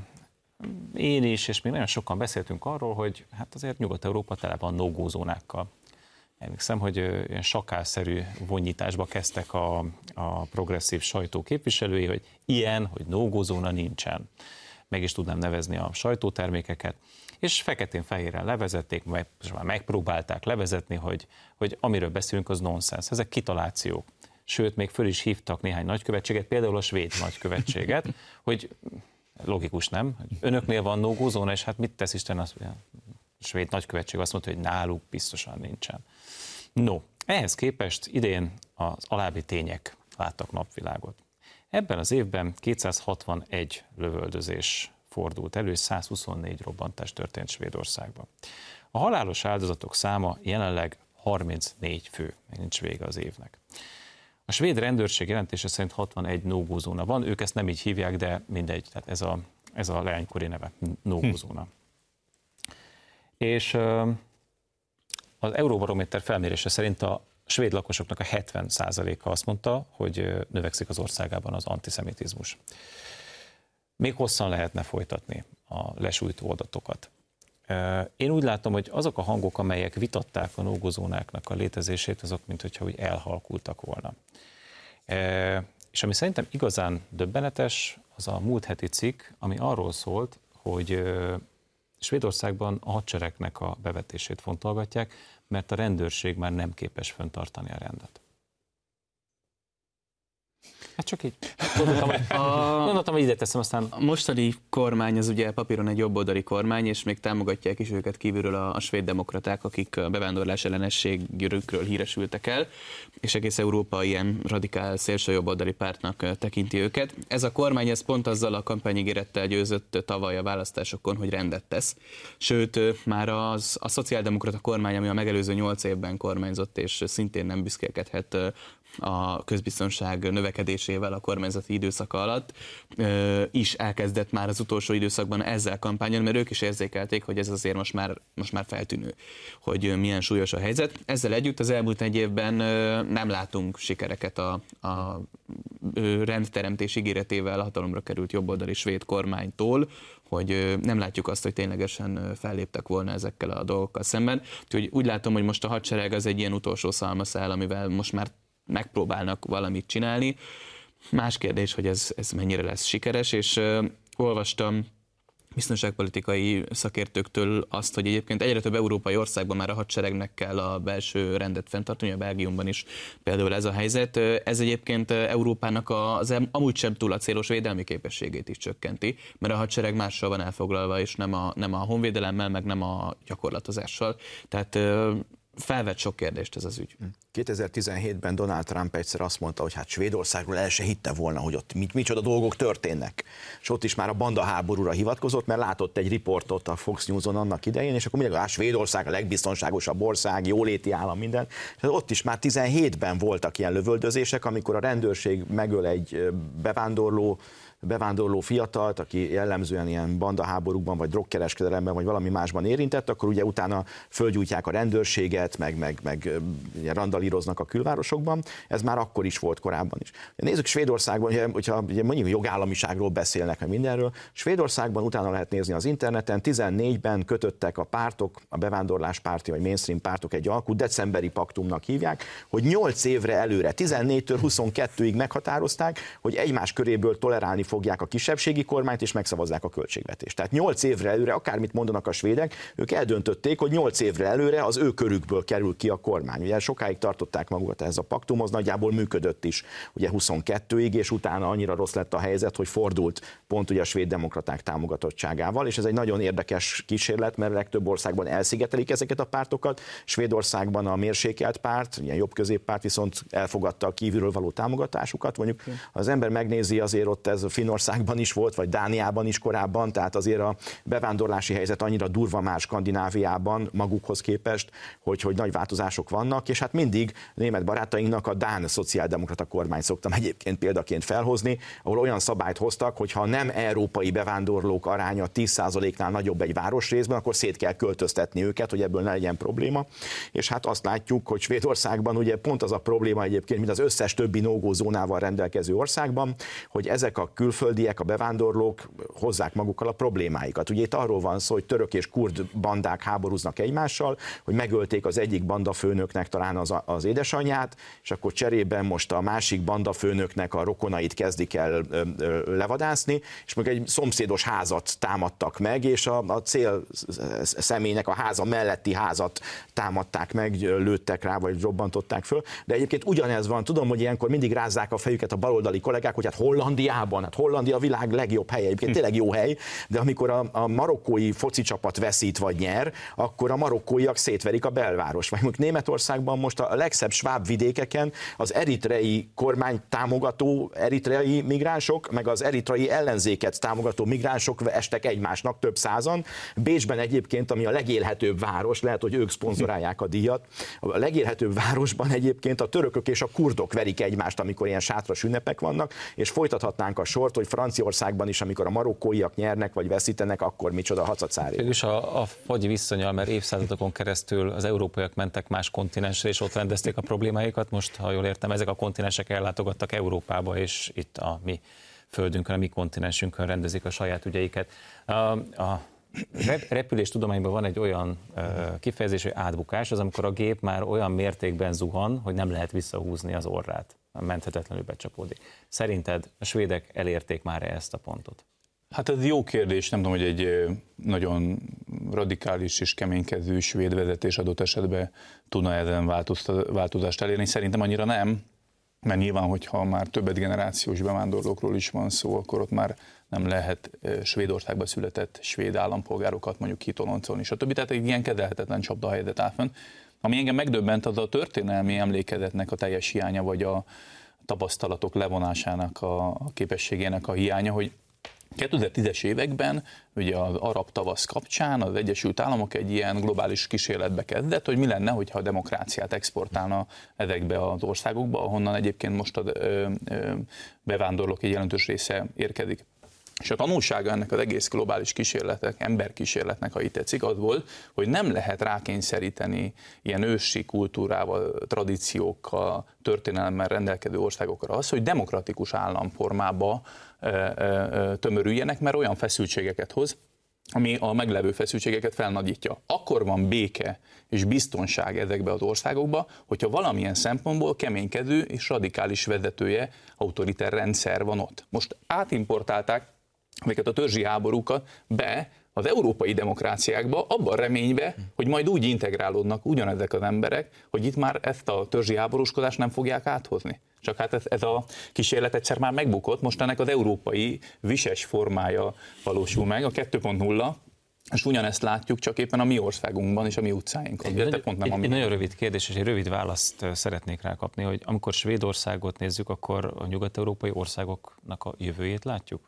én is, és még nagyon sokan beszéltünk arról, hogy hát azért Nyugat-Európa tele van no-go zónákkal. Emlékszem, hogy ilyen sakálszerű vonnyításba kezdtek a, a progresszív sajtó képviselői, hogy ilyen, hogy no-go zóna nincsen. Meg is tudnám nevezni a sajtótermékeket, és feketén-fehéren levezették, meg, már megpróbálták levezetni, hogy, hogy amiről beszélünk, az nonsens. Ezek kitalációk. Sőt, még föl is hívtak néhány nagykövetséget, például a svéd nagykövetséget, hogy logikus, nem? Önöknél van no-go zóna, és hát mit tesz Isten? Az, a svéd nagykövetség azt mondta, hogy náluk biztosan nincsen. No, ehhez képest idén az alábbi tények láttak napvilágot. Ebben az évben kétszázhatvanegy lövöldözés fordult elő, százhuszonnégy robbantás történt Svédországban. A halálos áldozatok száma jelenleg harmincnégy fő, még nincs vége az évnek. A svéd rendőrség jelentése szerint hatvanegy no-go zóna van, ők ezt nem így hívják, de mindegy, tehát ez a, ez a leánykori neve, no-go zóna. Hm. És az Euróbarométer felmérése szerint a svéd lakosoknak a hetven százaléka azt mondta, hogy növekszik az országában az antiszemitizmus. Még hosszan lehetne folytatni a lesújtó adatokat. Én úgy látom, hogy azok a hangok, amelyek vitatták a no-go zónáknak a létezését, azok minthogyha úgy elhalkultak volna. És ami szerintem igazán döbbenetes, az a múlt heti cikk, ami arról szólt, hogy Svédországban a hadseregnek a bevetését fontolgatják, mert a rendőrség már nem képes fenntartani a rendet. Hát csak így. Gondoltam, hogy, gondoltam, hogy ide teszem, aztán... A mostani kormány az ugye papíron egy jobboldali kormány, és még támogatják is őket kívülről a, a svéd demokraták, akik a bevándorlás ellenességükről híresültek el, és egész Európa ilyen radikál szélső jobboldali pártnak tekinti őket. Ez a kormány ez pont azzal a kampányígérettel győzött tavaly a választásokon, hogy rendet tesz. Sőt, már az, a szociáldemokrata kormány, ami a megelőző nyolc évben kormányzott, és szintén nem büszkélkedhet a közbiztonság növekedésével a kormányzati időszaka alatt, is elkezdett már az utolsó időszakban ezzel kampányon, mert ők is érzékelték, hogy ez azért most már, most már feltűnő, hogy milyen súlyos a helyzet. Ezzel együtt az elmúlt egy évben nem látunk sikereket a, a rendteremtés ígéretével hatalomra került jobboldali svéd kormánytól, hogy nem látjuk azt, hogy ténylegesen felléptek volna ezekkel a dolgokkal szemben. Úgyhogy úgy látom, hogy most a hadsereg az egy ilyen utolsó szalmaszál, amivel most már megpróbálnak valamit csinálni. Más kérdés, hogy ez, ez mennyire lesz sikeres, és uh, olvastam biztonságpolitikai szakértőktől azt, hogy egyébként egyre több európai országban már a hadseregnek kell a belső rendet fenntartani, a Belgiumban is például ez a helyzet. Ez egyébként Európának az amúgy sem túl acélos védelmi képességét is csökkenti, mert a hadsereg mással van elfoglalva, és nem a, nem a honvédelemmel, meg nem a gyakorlatozással. Tehát uh, felvett sok kérdést ez az ügy. kétezer-tizenhétben Donald Trump egyszer azt mondta, hogy hát Svédországról el se hitte volna, hogy ott mit, micsoda dolgok történnek. És ott is már a banda háborúra hivatkozott, mert látott egy riportot a Fox News-on annak idején, és akkor mondják, hogy Svédország a legbiztonságosabb ország, jóléti állam, minden. És ott is már tizenhétben voltak ilyen lövöldözések, amikor a rendőrség megöl egy bevándorló, bevándorló fiatalt, aki jellemzően ilyen bandaháborúkban, vagy drogkereskedelemben, vagy valami másban érintett, akkor ugye utána fölgyújtják a rendőrséget, gyűlölet, meg, meg, meg randalíroznak a külvárosokban, ez már akkor is volt korábban is. Nézzük Svédországban, hogyha ugye mondjuk jogállamiságról beszélnek, meg mindenről, Svédországban utána lehet nézni az interneten, tizennégyben kötöttek a pártok, a bevándorláspárti vagy mainstream pártok egy alkut, decemberi paktumnak hívják, hogy nyolc évre előre, tizennégytől huszonkettőig meghatározták, hogy egymás köréből tolerálni fogják a kisebbségi kormányt, és megszavazzák a költségvetést. Tehát nyolc évre előre, akármit mondanak a svédek, ők eldöntötték, hogy nyolc évre előre az ő körükből kerül ki a kormány. Ugye sokáig tartották magukat ehhez a paktumhoz, nagyjából működött is ugye huszonkettőig, és utána annyira rossz lett a helyzet, hogy fordult pont ugye a svéd demokraták támogatottságával, és ez egy nagyon érdekes kísérlet, mert legtöbb országban elszigetelik ezeket a pártokat. Svédországban a mérsékelt párt, ilyen jobb középpárt viszont elfogadta a kívülről való támogatásukat. Mondjuk az ember megnézi, azért ott ez Finnországban is volt, vagy Dániában is korábban, tehát azért a bevándorlási helyzet annyira durva már Skandináviában magukhoz képest, hogy, hogy nagy változások vannak, és hát mindig német barátainknak a dán szociáldemokrata kormány szoktam egyébként példaként felhozni, ahol olyan szabályt hoztak, hogy ha nem európai bevándorlók aránya tíz százaléknál nagyobb egy városrészben, akkor szét kell költöztetni őket, hogy ebből ne legyen probléma. És hát azt látjuk, hogy Svédországban ugye pont az a probléma egyébként, mint az összes többi no-go zónával rendelkező országban, hogy ezek a külföldiek, a bevándorlók hozzák magukkal a problémáikat. Ugye itt arról van szó, hogy török és kurd bandák háborúznak egymással, hogy megölték az egyik bandafőnöknek talán az, az édesanyját, és akkor cserében most a másik bandafőnöknek a rokonait kezdik el ö, ö, levadászni, és meg egy szomszédos házat támadtak meg, és a, a cél személynek a háza melletti házat támadták meg, lőttek rá, vagy robbantották föl. De egyébként ugyanez van, tudom, hogy ilyenkor mindig rázzák a fejüket a baloldali kollégák, hogy hát Hollandiában, hát Hollandia a világ legjobb helye, egyébként tényleg jó hely, de amikor a, a marokkói foci csapat veszít vagy nyer, akkor a marokkóiak szétverik a belváros. Vagy mondjuk Németországban most a legszebb sváb vidékeken az eritrei kormány támogató eritrei migránsok, meg az eritrei ellenzéket támogató migránsok estek egymásnak több százan. Bécsben egyébként, ami a legélhetőbb város, lehet, hogy ők szponzorálják a díjat, a legélhetőbb városban egyébként a törökök és a kurdok verik egymást, amikor ilyen sátras ünnepek vannak, és folytathatnánk a sort, hogy Franciaországban is, amikor a marokkóiak nyernek vagy veszítenek, akkor micsoda hacacári. Végülis a, a fogyi viszonyal, mert évszázadokon keresztül az európaiak mentek más kontinensre, és ott rendezték a problémáikat. Most, ha jól értem, ezek a kontinensek ellátogattak Európába, és itt a mi földünkön, a mi kontinensünkön rendezik a saját ügyeiket. A, a repüléstudományban van egy olyan kifejezés, hogy átbukás, az amikor a gép már olyan mértékben zuhan, hogy nem lehet visszahúzni az orrát, menthetetlenül becsapódik. Szerinted a svédek elérték már ezt a pontot? Hát ez jó kérdés, nem tudom, hogy egy nagyon radikális és keménykezű svéd vezetés adott esetben tudna ezen változást elérni. Szerintem annyira nem, mert nyilván, hogyha már többet generációs bevándorlókról is van szó, akkor ott már nem lehet Svédországban született svéd állampolgárokat mondjuk kitoloncolni, stb. Tehát egy ilyen kezelhetetlen csapdahelyzet áll fönn. Ami engem megdöbbent, az a történelmi emlékezetnek a teljes hiánya, vagy a tapasztalatok levonásának a képességének a hiánya, hogy kétezer-tízes években ugye az arab tavasz kapcsán az Egyesült Államok egy ilyen globális kísérletbe kezdett, hogy mi lenne, hogyha a demokráciát exportálna ezekbe az országokba, ahonnan egyébként most a bevándorlók egy jelentős része érkezik. És a tanulsága ennek az egész globális kísérletek, emberkísérletnek, ha itt tetszik, az volt, hogy nem lehet rákényszeríteni ilyen ősi kultúrával, tradíciókkal, történelemmel rendelkező országokra az, hogy demokratikus államformába tömörüljenek, mert olyan feszültségeket hoz, ami a meglevő feszültségeket felnagyítja. Akkor van béke és biztonság ezekbe az országokba, hogyha valamilyen szempontból keménykező és radikális vezetője, autoriter rendszer van ott. Most átimportálták ezeket a törzsi háborúkat be az európai demokráciákba, abban reménybe, hogy majd úgy integrálódnak ugyanezek az emberek, hogy itt már ezt a törzsi háborúskodást nem fogják áthozni. Csak hát ez, ez a kísérlet egyszer már megbukott, most ennek az európai vises formája valósul meg, a kettő pont nulla, és ugyanezt látjuk, csak éppen a mi országunkban és a mi utcáinkon. Egy, pont nem egy, egy nagyon rövid kérdés, és egy rövid választ szeretnék rá kapni, hogy amikor Svédországot nézzük, akkor a nyugat-európai országoknak a jövőjét látjuk?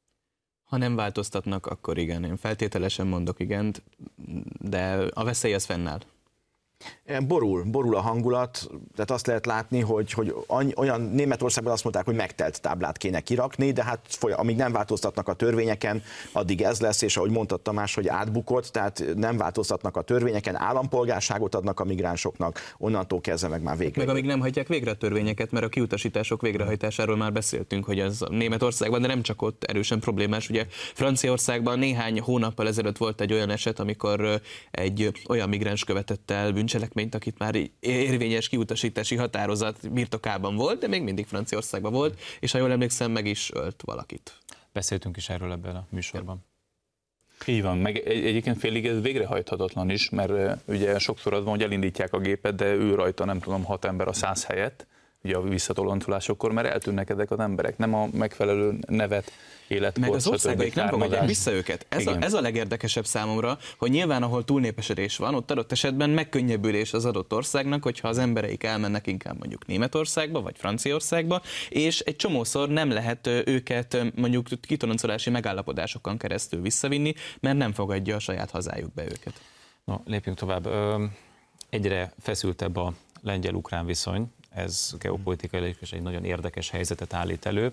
Ha nem változtatnak, akkor igen. Én feltételesen mondok igent, de a veszély az fennáll. Borul, borul a hangulat, tehát azt lehet látni, hogy, hogy olyan Németországban azt mondták, hogy megtelt táblát kéne kirakni, de hát folyam, amíg nem változtatnak a törvényeken, addig ez lesz, és ahogy mondta Tamás, hogy átbukott, tehát nem változtatnak a törvényeken, állampolgárságot adnak a migránsoknak, onnantól kezdve meg már végre. Meg amíg nem hagyják végre a törvényeket, mert a kiutasítások végrehajtásáról már beszéltünk, hogy ez Németországban, de nem csak ott erősen problémás. Ugye Franciaországban néhány hónappal ezelőtt volt egy olyan eset, amikor egy olyan migráns követett el bűncselekményt, akit már érvényes kiutasítási határozat birtokában volt, de még mindig Franciaországban volt, és ha jól emlékszem, meg is ölt valakit. Beszéltünk is erről ebben a műsorban. Így van, meg egy, egyébként félig ez végrehajthatatlan is, mert ugye sokszor az van, hogy elindítják a gépet, de ő rajta nem tudom, hat ember a száz helyett, ugye a visszatoloncolásokkor, mert eltűnnek ezek az emberek, nem a megfelelő nevet, életkor, meg az országaik nem fogadják vissza őket. Ez a, ez a legérdekesebb számomra, hogy nyilván ahol túlnépesedés van, ott adott esetben megkönnyebbülés az adott országnak, hogyha az embereik elmennek inkább mondjuk Németországba vagy Franciaországba, és egy csomószor nem lehet őket mondjuk kitoloncolási megállapodásokon keresztül visszavinni, mert nem fogadja a saját hazájukba őket. No, lépjünk tovább. Egyre feszültebb a lengyel-ukrán viszony, ez geopolitikailag is egy nagyon érdekes helyzetet állít elő.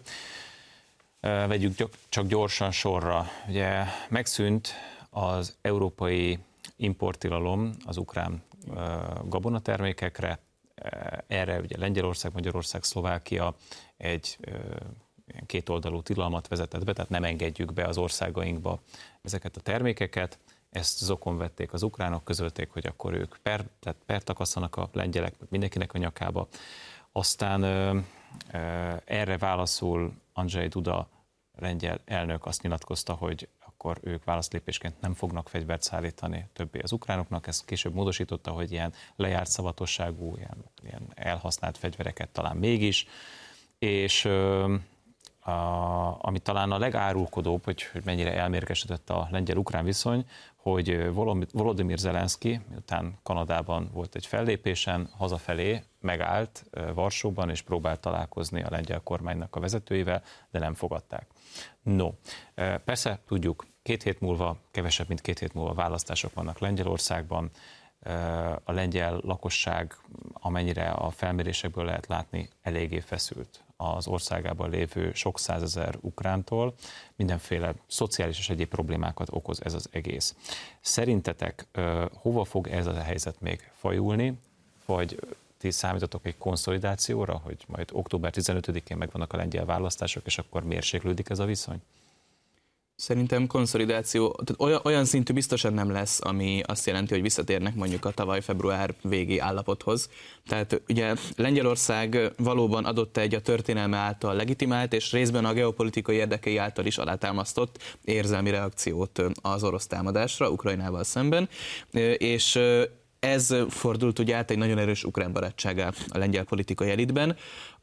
Vegyük csak gyorsan sorra. Ugye megszűnt az európai importtilalom az ukrán gabonatermékekre, erre ugye Lengyelország, Magyarország, Szlovákia egy kétoldalú tilalmat vezetett be, tehát nem engedjük be az országainkba ezeket a termékeket. Ezt zokon vették az ukránok, közölték, hogy akkor ők per, tehát pert akasszanak a lengyelek, mindenkinek a nyakába. Aztán ö, ö, erre válaszul Andrzej Duda, lengyel elnök azt nyilatkozta, hogy akkor ők válaszlépésként nem fognak fegyvert szállítani többé az ukránoknak. Ezt később módosította, hogy ilyen lejárt szavatosságú, ilyen, ilyen elhasznált fegyvereket talán mégis. És ö, A, ami talán a legárulkodóbb, hogy, hogy mennyire elmérgesedett a lengyel-ukrán viszony, hogy Volodymyr Zelenszky, miután Kanadában volt egy fellépésen, hazafelé megállt Varsóban, és próbált találkozni a lengyel kormánynak a vezetőivel, de nem fogadták. No, persze tudjuk, két hét múlva, kevesebb, mint két hét múlva választások vannak Lengyelországban, a lengyel lakosság, amennyire a felmérésekből lehet látni, eléggé feszült az országában lévő sok százezer ukrántól, mindenféle szociális és egyéb problémákat okoz ez az egész. Szerintetek hova fog ez a helyzet még fajulni, vagy ti számítotok egy konszolidációra, hogy majd október tizenötödikén megvannak a lengyel választások, és akkor mérséklődik ez a viszony? Szerintem konszolidáció, tehát olyan, olyan szintű biztosan nem lesz, ami azt jelenti, hogy visszatérnek mondjuk a tavaly február végi állapothoz. Tehát ugye Lengyelország valóban adott egy a történelme által legitimált, és részben a geopolitikai érdekei által is alátámasztott érzelmi reakciót az orosz támadásra Ukrajnával szemben, és ez fordult ugye át egy nagyon erős ukrán barátságá a lengyel politikai elitben,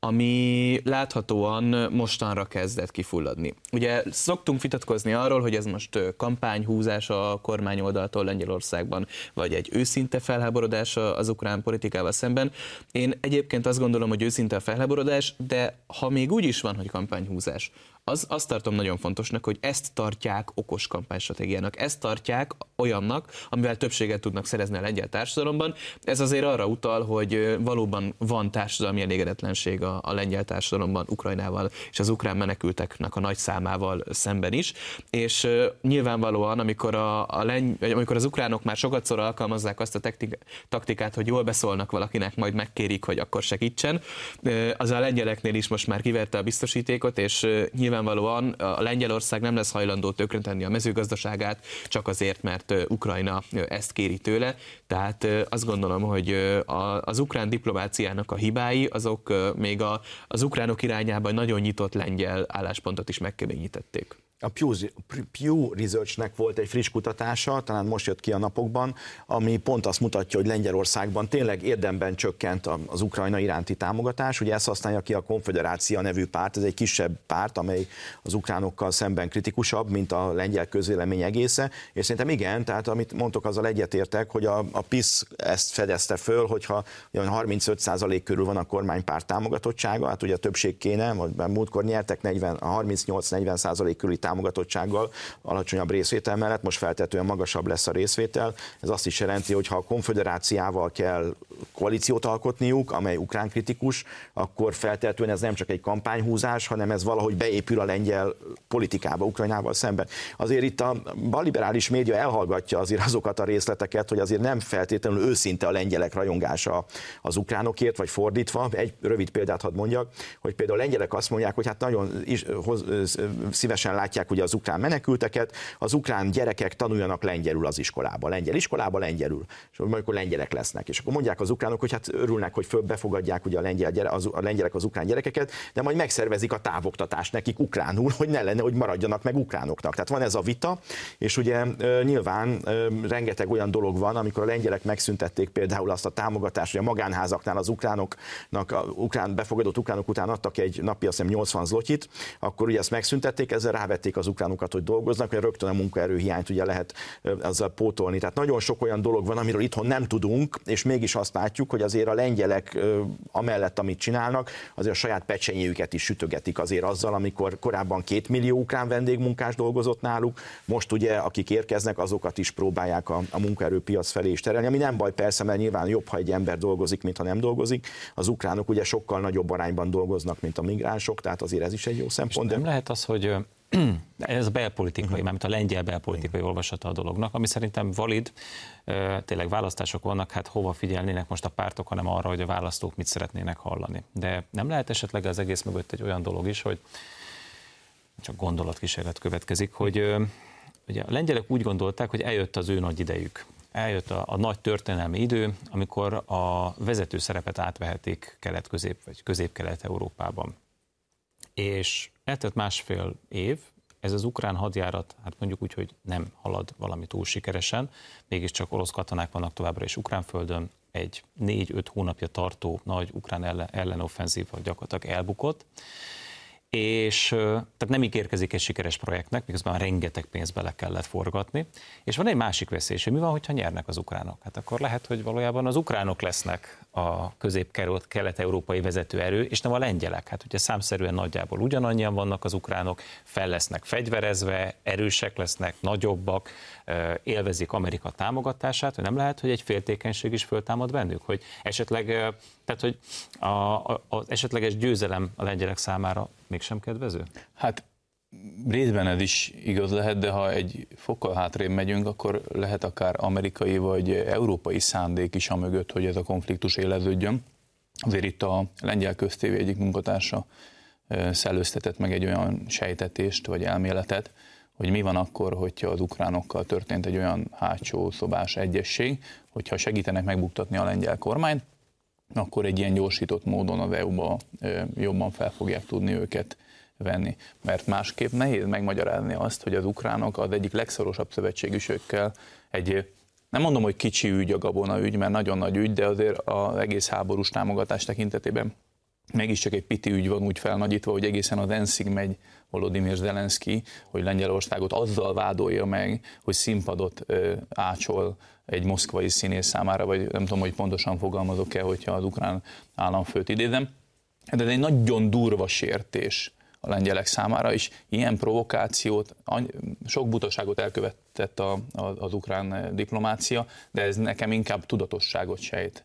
ami láthatóan mostanra kezdett kifulladni. Ugye szoktunk vitatkozni arról, hogy ez most kampányhúzás a kormány oldaltól Lengyelországban, vagy egy őszinte felháborodás az ukrán politikával szemben. Én egyébként azt gondolom, hogy őszinte a felháborodás, de ha még úgy is van, hogy kampányhúzás, az, azt tartom nagyon fontosnak, hogy ezt tartják okos kampánystratégiának, ezt tartják olyannak, amivel többséget tudnak szerezni a lengyel társadalomban. Ez azért arra utal, hogy valóban van társadalmi elégedetlenség a, a lengyel társadalomban, Ukrajnával és az ukrán menekülteknek a nagy számával szemben is. És uh, nyilvánvalóan, amikor, a, a lengy, amikor az ukránok már sokatszor alkalmazzák azt a taktikát, hogy jól beszólnak valakinek, majd megkérik, hogy akkor segítsen, uh, az a lengyeleknél is most már kiverte a biztosítékot, és uh, nyilvánvalóan a Lengyelország nem lesz hajlandó tönkretenni a mezőgazdaságát, csak azért, mert Ukrajna ezt kéri tőle. Tehát azt gondolom, hogy az ukrán diplomáciának a hibái, azok még az ukránok irányában nagyon nyitott lengyel álláspontot is megkeményítették. A Pew, Pew Researchnek volt egy friss kutatása, talán most jött ki a napokban, ami pont azt mutatja, hogy Lengyelországban tényleg érdemben csökkent az Ukrajna iránti támogatás. Ugye ezt használja ki a Konfederácia nevű párt, ez egy kisebb párt, amely az ukránokkal szemben kritikusabb, mint a lengyel közvélemény egésze. És szerintem igen, tehát amit mondtok, azzal egyetértek, hogy a, a PiS ezt fedezte föl, hogyha harmincöt százalék körül van a kormánypárt támogatottsága, hát ugye a többség kéne, vagy múltkor nyertek negyven, harmincnyolc-negyven százalék körüli támogatottsággal, alacsonyabb részvétel mellett, most feltetően magasabb lesz a részvétel. Ez azt is jelenti, hogy ha a konföderáciával kell koalíciót alkotniuk, amely ukrán kritikus, akkor feltetően ez nem csak egy kampányhúzás, hanem ez valahogy beépül a lengyel politikába Ukrajnával szemben. Azért itt a balliberális média elhallgatja azért azokat a részleteket, hogy azért nem feltétlenül őszinte a lengyelek rajongása az ukránokért, vagy fordítva. Egy rövid példát hadd mondjak, hogy például a lengyelek azt mondják, hogy hát nagyon is, hoz, szívesen látják ugye az ukrán menekülteket, az ukrán gyerekek tanuljanak lengyelül az iskolába, lengyel iskolába, lengyelül, és akkor lengyelek lesznek. És akkor mondják az ukránok, hogy hát örülnek, hogy föl befogadják ugye a, lengyel gyere, az, a lengyelek az ukrán gyerekeket, de majd megszervezik a távoktatást nekik ukránul, hogy ne lenne, hogy maradjanak meg ukránoknak. Tehát van ez a vita, és ugye nyilván rengeteg olyan dolog van, amikor a lengyelek megszüntették például azt a támogatást, hogy a magánházaknál az ukránoknak, a ukrán, befogadott ukránok után adtak egy napi, azt hiszem nyolcvan zlotyit, akkor ugye ezt megszüntették, ezzel rávették az ukránokat, hogy dolgoznak, hogy rögtön a munkaerőhiányt ugye lehet azzal pótolni. Tehát nagyon sok olyan dolog van, amiről itthon nem tudunk, és mégis azt látjuk, hogy azért a lengyelek amellett, amit csinálnak, azért a saját pecsenyéjüket is sütögetik azért azzal, amikor korábban két millió ukrán vendégmunkás dolgozott náluk, most ugye akik érkeznek, azokat is próbálják a, a munkaerőpiac felé is terelni, ami nem baj persze, mert nyilván jobb, ha egy ember dolgozik, mint ha nem dolgozik. Az ukránok ugye sokkal nagyobb arányban dolgoznak, mint a migránsok, tehát azért ez is egy jó szempont. És nem de... lehet az, hogy ez a belpolitikai, uh-huh. mármint a lengyel belpolitikai olvasata a dolognak, ami szerintem valid, tényleg választások vannak, hát hova figyelnének most a pártok, hanem arra, hogy a választók mit szeretnének hallani. De nem lehet esetleg az egész mögött egy olyan dolog is, hogy csak gondolatkísérlet következik, hogy ugye a lengyelek úgy gondolták, hogy eljött az ő nagy idejük. Eljött a, a nagy történelmi idő, amikor a vezető szerepet átvehetik kelet-közép vagy közép-kelet-Európában. És eltelt másfél év, ez az ukrán hadjárat, hát mondjuk úgy, hogy nem halad valami túl sikeresen, mégiscsak orosz katonák vannak továbbra is ukrán földön, egy négy-öt hónapja tartó nagy ukrán ellen, ellenoffenzíva gyakorlatilag elbukott, és tehát nem ígérkezik egy sikeres projektnek, miközben rengeteg pénzt bele kellett forgatni, és van egy másik veszély, hogy mi van, hogyha nyernek az ukránok? Hát akkor lehet, hogy valójában az ukránok lesznek a közép-kelet-európai vezetőerő, és nem a lengyelek. Hát ugye számszerűen nagyjából ugyanannyian vannak az ukránok, fel lesznek fegyverezve, erősek lesznek, nagyobbak, élvezik Amerika támogatását, hogy nem lehet, hogy egy féltékenység is föltámad bennük, hogy esetleg, tehát, hogy a, a, az esetleges győzelem a lengyelek számára mégsem kedvező? Hát részben ez is igaz lehet, de ha egy fokkal hátrébb megyünk, akkor lehet akár amerikai vagy európai szándék is amögött, hogy ez a konfliktus éleződjön. Azért itt a lengyel köztévé egyik munkatársa szellőztetett meg egy olyan sejtetést vagy elméletet, hogy mi van akkor, hogyha az ukránokkal történt egy olyan hátsó szobás egyesség, hogyha segítenek megbuktatni a lengyel kormányt, akkor egy ilyen gyorsított módon az é u-ba jobban fel fogják tudni őket venni. Mert másképp nehéz megmagyarázni azt, hogy az ukránok az egyik legszorosabb szövetségüsökkel egy, nem mondom, hogy kicsi ügy a gabona ügy, mert nagyon nagy ügy, de azért az egész háborús támogatás tekintetében mégiscsak egy piti ügy van úgy felnagyítva, hogy egészen az enszig megy Volodymyr Zelenszky, hogy Lengyelországot azzal vádolja meg, hogy színpadot ö, ácsol egy moszkvai színész számára, vagy nem tudom, hogy pontosan fogalmazok-e, hogyha az ukrán államfőt idézem. De ez egy nagyon durva sértés a lengyelek számára is. Ilyen provokációt, sok butaságot elkövetett a, a, az ukrán diplomácia, de ez nekem inkább tudatosságot sejt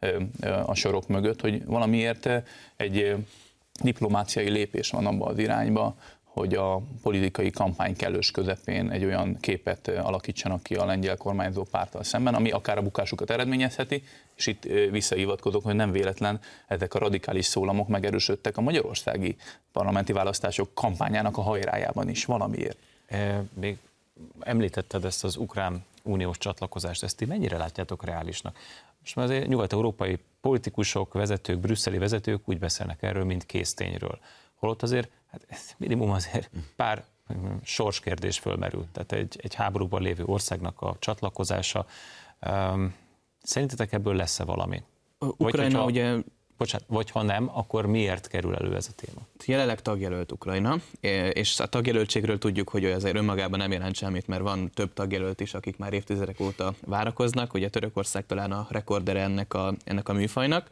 a sorok mögött, hogy valamiért egy diplomáciai lépés van abba az irányba, hogy a politikai kampány kellős közepén egy olyan képet alakítsanak ki a lengyel kormányzó párttal szemben, ami akár a bukásukat eredményezheti, és itt visszahivatkozok, hogy nem véletlen ezek a radikális szólamok megerősödtek a magyarországi parlamenti választások kampányának a hajrájában is valamiért. E, még említetted ezt az ukrán uniós csatlakozást, ezt ti mennyire látjátok reálisnak? Most már azért nyugat-európai politikusok, vezetők, brüsszeli vezetők úgy beszélnek erről, mint késztényről. Holott azért, hát minimum azért pár sorskérdés fölmerült. Tehát egy, egy háborúban lévő országnak a csatlakozása. Um, szerintetek ebből lesz-e valami? Ukrajna hogyha... ugye bocsánat, vagy ha nem, akkor miért kerül elő ez a téma? Jelenleg tagjelölt Ukrajna, és a tagjelöltségről tudjuk, hogy azért önmagában nem jelent semmit, mert van több tagjelölt is, akik már évtizedek óta várakoznak, ugye Törökország talán a rekordere ennek a, ennek a műfajnak.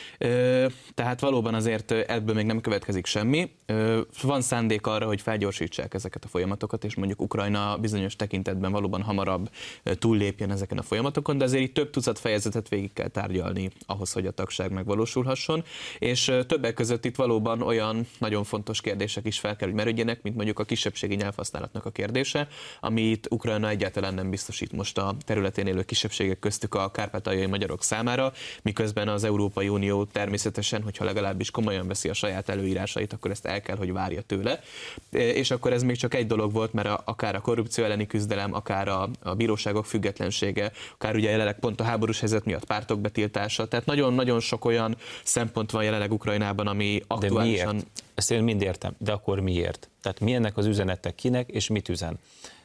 Tehát valóban azért ebből még nem következik semmi. Van szándék arra, hogy felgyorsítsák ezeket a folyamatokat, és mondjuk Ukrajna bizonyos tekintetben valóban hamarabb túllépjen ezeken a folyamatokon, de azért itt több tucat fejezetet végig kell tárgyalni ahhoz, hogy a tagság megvalósulhasson, és többek között itt valóban olyan nagyon fontos kérdések is fel kell, hogy merüljenek, mint mondjuk a kisebbségi nyelvhasználatnak a kérdése, amit Ukrajna egyáltalán nem biztosít most a területén élő kisebbségek köztük a kárpátaljai magyarok számára, miközben az Európai Unió természetesen, hogyha legalábbis komolyan veszi a saját előírásait, akkor ezt el kell, hogy várja tőle. És akkor ez még csak egy dolog volt, mert a, akár a korrupció elleni küzdelem, akár a, a bíróságok függetlensége, akár ugye jelenleg pont a háborús helyzet miatt pártok betiltása, tehát nagyon-nagyon sok olyan szempont van jelenleg Ukrajnában, ami aktuálisan... De miért? Ezt én mind értem, de akkor miért? Tehát mi ennek az üzenete, kinek és mit üzen?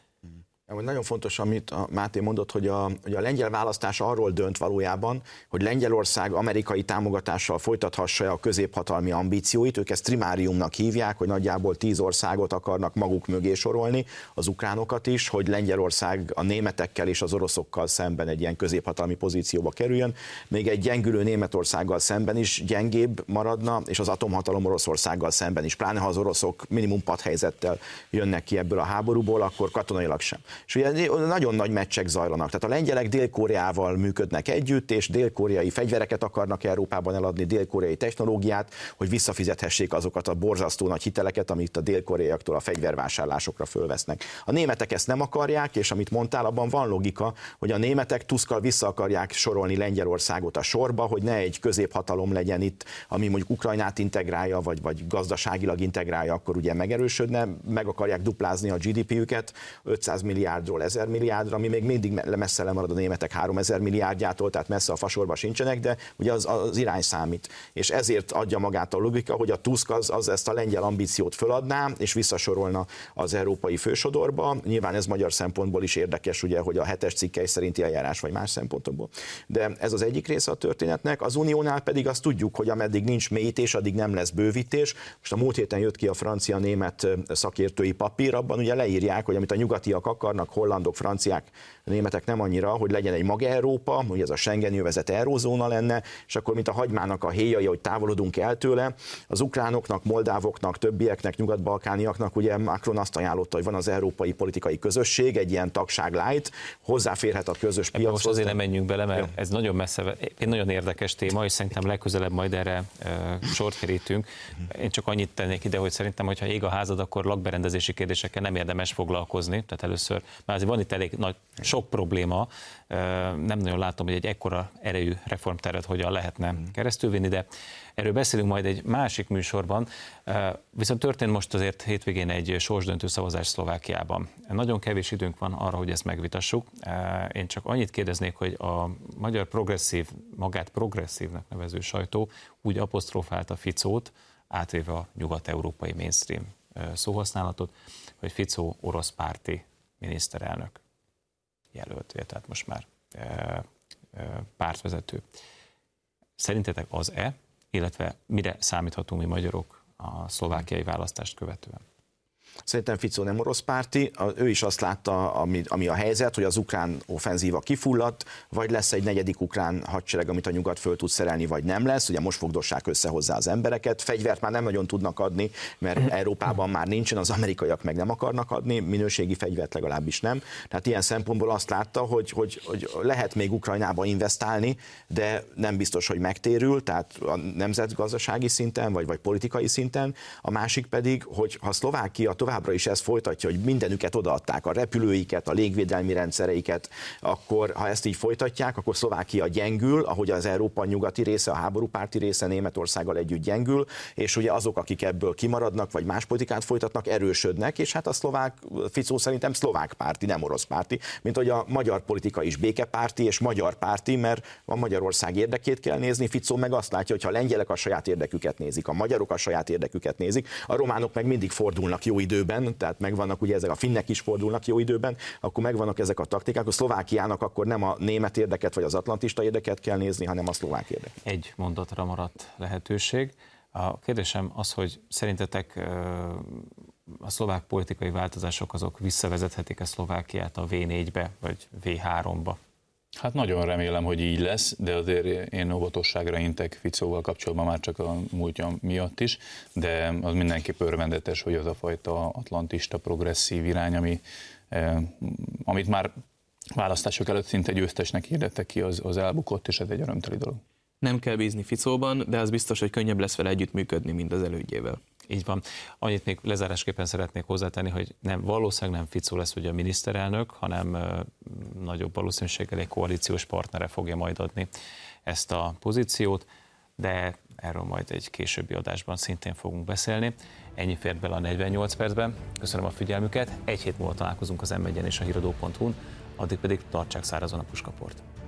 Nagyon fontos, amit a Máté mondott, hogy a, hogy a lengyel választás arról dönt valójában, hogy Lengyelország amerikai támogatással folytathassa a középhatalmi ambícióit. Ők ezt trimáriumnak hívják, hogy nagyjából tíz országot akarnak maguk mögé sorolni, az ukránokat is, hogy Lengyelország a németekkel és az oroszokkal szemben egy ilyen középhatalmi pozícióba kerüljön. Még egy gyengülő Németországgal szemben is gyengébb maradna, és az atomhatalom Oroszországgal szemben is. Pláne ha az oroszok minimum padhelyzettel jönnek ki ebből a háborúból, akkor katonailag sem. És ugye nagyon nagy meccsek zajlanak. Tehát a lengyelek Dél-Koreával működnek együtt, és dél-koreai fegyvereket akarnak Európában eladni, dél-koreai technológiát, hogy visszafizethessék azokat a borzasztó nagy hiteleket, amit a dél-koreaiaktól a fegyvervásárlásokra fölvesznek. A németek ezt nem akarják, és amit mondtál, abban van logika, hogy a németek Tuskkal vissza akarják sorolni Lengyelországot a sorba, hogy ne egy középhatalom legyen itt, ami mondjuk Ukrajnát integrálja, vagy, vagy gazdaságilag integrálja, akkor ugye megerősödne, meg akarják duplázni a gé dé pé-üket, ötszáz milliárdról ezer milliárdra, ami még mindig messze lemarad a németek háromezer milliárdjától, tehát messze a fasorba sincsenek, de ugye az, az irány számít. És ezért adja magát a logika, hogy a Tusk az, az ezt a lengyel ambíciót föladná, és visszasorolna az európai fősodorba. Nyilván ez magyar szempontból is érdekes, ugye, hogy a hetes cikkely szerinti eljárás, vagy más szempontból. De ez az egyik része a történetnek. Az uniónál pedig azt tudjuk, hogy ameddig nincs mélyítés, addig nem lesz bővítés. Most a múlt héten jött ki a francia-német szakértői papír, abban ugye leírják, hogy amit a nyugatiak akarnak, hollandok, franciák, németek nem annyira, hogy legyen egy maga Európa, hogy ez a Schengeni övezet eurózóna lenne, és akkor mint a hagymának a héjai, hogy távolodunk el tőle, az ukránoknak, moldávoknak, többieknek, nyugat-balkániaknak ugye Macron azt ajánlotta, hogy van az európai politikai közösség, egy ilyen tagság light, hozzáférhet a közös piachoz. Most azért nem menjünk bele, mert Jó. ez nagyon messze, egy nagyon érdekes téma, és szerintem legközelebb majd erre e, sort kerítünk. Én csak annyit tennék ide, hogy szerintem, hogyha ég a házad, akkor lakberendezési kérdésekkel nem érdemes foglalkozni. Tehát először, már azért van itt elég nagy, sok probléma, nem nagyon látom, hogy egy ekkora erejű reformtervet hogyan lehetne keresztülvinni, de erről beszélünk majd egy másik műsorban. Viszont történt most azért hétvégén egy sorsdöntő szavazás Szlovákiában. Nagyon kevés időnk van arra, hogy ezt megvitassuk. Én csak annyit kérdeznék, hogy a magyar progresszív, magát progresszívnek nevező sajtó úgy apostrofálta Ficót, átvéve a nyugat-európai mainstream szóhasználatot, hogy Ficó orosz párti miniszterelnök jelölt, tehát most már e, e, pártvezető. Szerintetek az-e, illetve mire számíthatunk mi magyarok a szlovákiai választást követően? Szerintem Ficó nem orosz párti, ő is azt látta, ami, ami a helyzet, hogy az ukrán offenzíva kifulladt, vagy lesz egy negyedik ukrán hadsereg, amit a nyugat föl tud szerelni, vagy nem lesz. Ugye most fogdossák össze hozzá az embereket. Fegyvert már nem nagyon tudnak adni, mert Európában már nincsen, az amerikaiak meg nem akarnak adni, minőségi fegyvert legalábbis nem. Tehát ilyen szempontból azt látta, hogy, hogy, hogy lehet még Ukrajnába investálni, de nem biztos, hogy megtérül, tehát a nemzetgazdasági szinten, vagy, vagy politikai szinten. A másik pedig, hogy ha Szlovákia továbbra is ezt folytatja, hogy mindenüket odaadták, a repülőiket, a légvédelmi rendszereiket, akkor ha ezt így folytatják, akkor Szlovákia gyengül, ahogy az Európa nyugati része, a háborúpárti része Németországgal együtt gyengül, és ugye azok, akik ebből kimaradnak, vagy más politikát folytatnak, erősödnek, és hát a szlovák, Ficó szerintem szlovák párti, nem orosz párti, mint hogy a magyar politika is békepárti és magyar párti, mert a Magyarország érdekét kell nézni, Ficó meg azt látja, hogy ha a lengyelek a saját érdeküket nézik, a magyarok a saját érdeküket nézik, a románok meg mindig fordulnak jó idő időben, tehát megvannak ugye ezek a finnek is fordulnak jó időben, akkor megvannak ezek a taktikák, a Szlovákiának akkor nem a német érdeket vagy az atlantista érdeket kell nézni, hanem a szlovák érdeket. Egy mondatra maradt lehetőség. A kérdésem az, hogy szerintetek a szlovák politikai változások azok visszavezethetik-e Szlovákiát a vé négybe vagy vé háromba? Hát nagyon remélem, hogy így lesz, de azért én óvatosságra intek Ficóval kapcsolatban már csak a múltja miatt is, de az mindenképp örvendetes, hogy az a fajta atlantista, progresszív irány, ami, amit már választások előtt szinte győztesnek hirdettek ki, az, az elbukott, és ez egy örömteli dolog. Nem kell bízni Ficóban, de az biztos, hogy könnyebb lesz vele együttműködni, mint az elődjével. Így van. Annyit még lezárásképpen szeretnék hozzátenni, hogy nem, valószínűleg nem Ficó lesz ugye a miniszterelnök, hanem ö, nagyobb valószínűséggel egy koalíciós partnere fogja majd adni ezt a pozíciót, de erről majd egy későbbi adásban szintén fogunk beszélni. Ennyi fért bele a negyvennyolc percben. Köszönöm a figyelmüket. Egy hét múlva találkozunk az em egyen és a híradó pont hu-n, addig pedig tartsák szárazon a puskaport.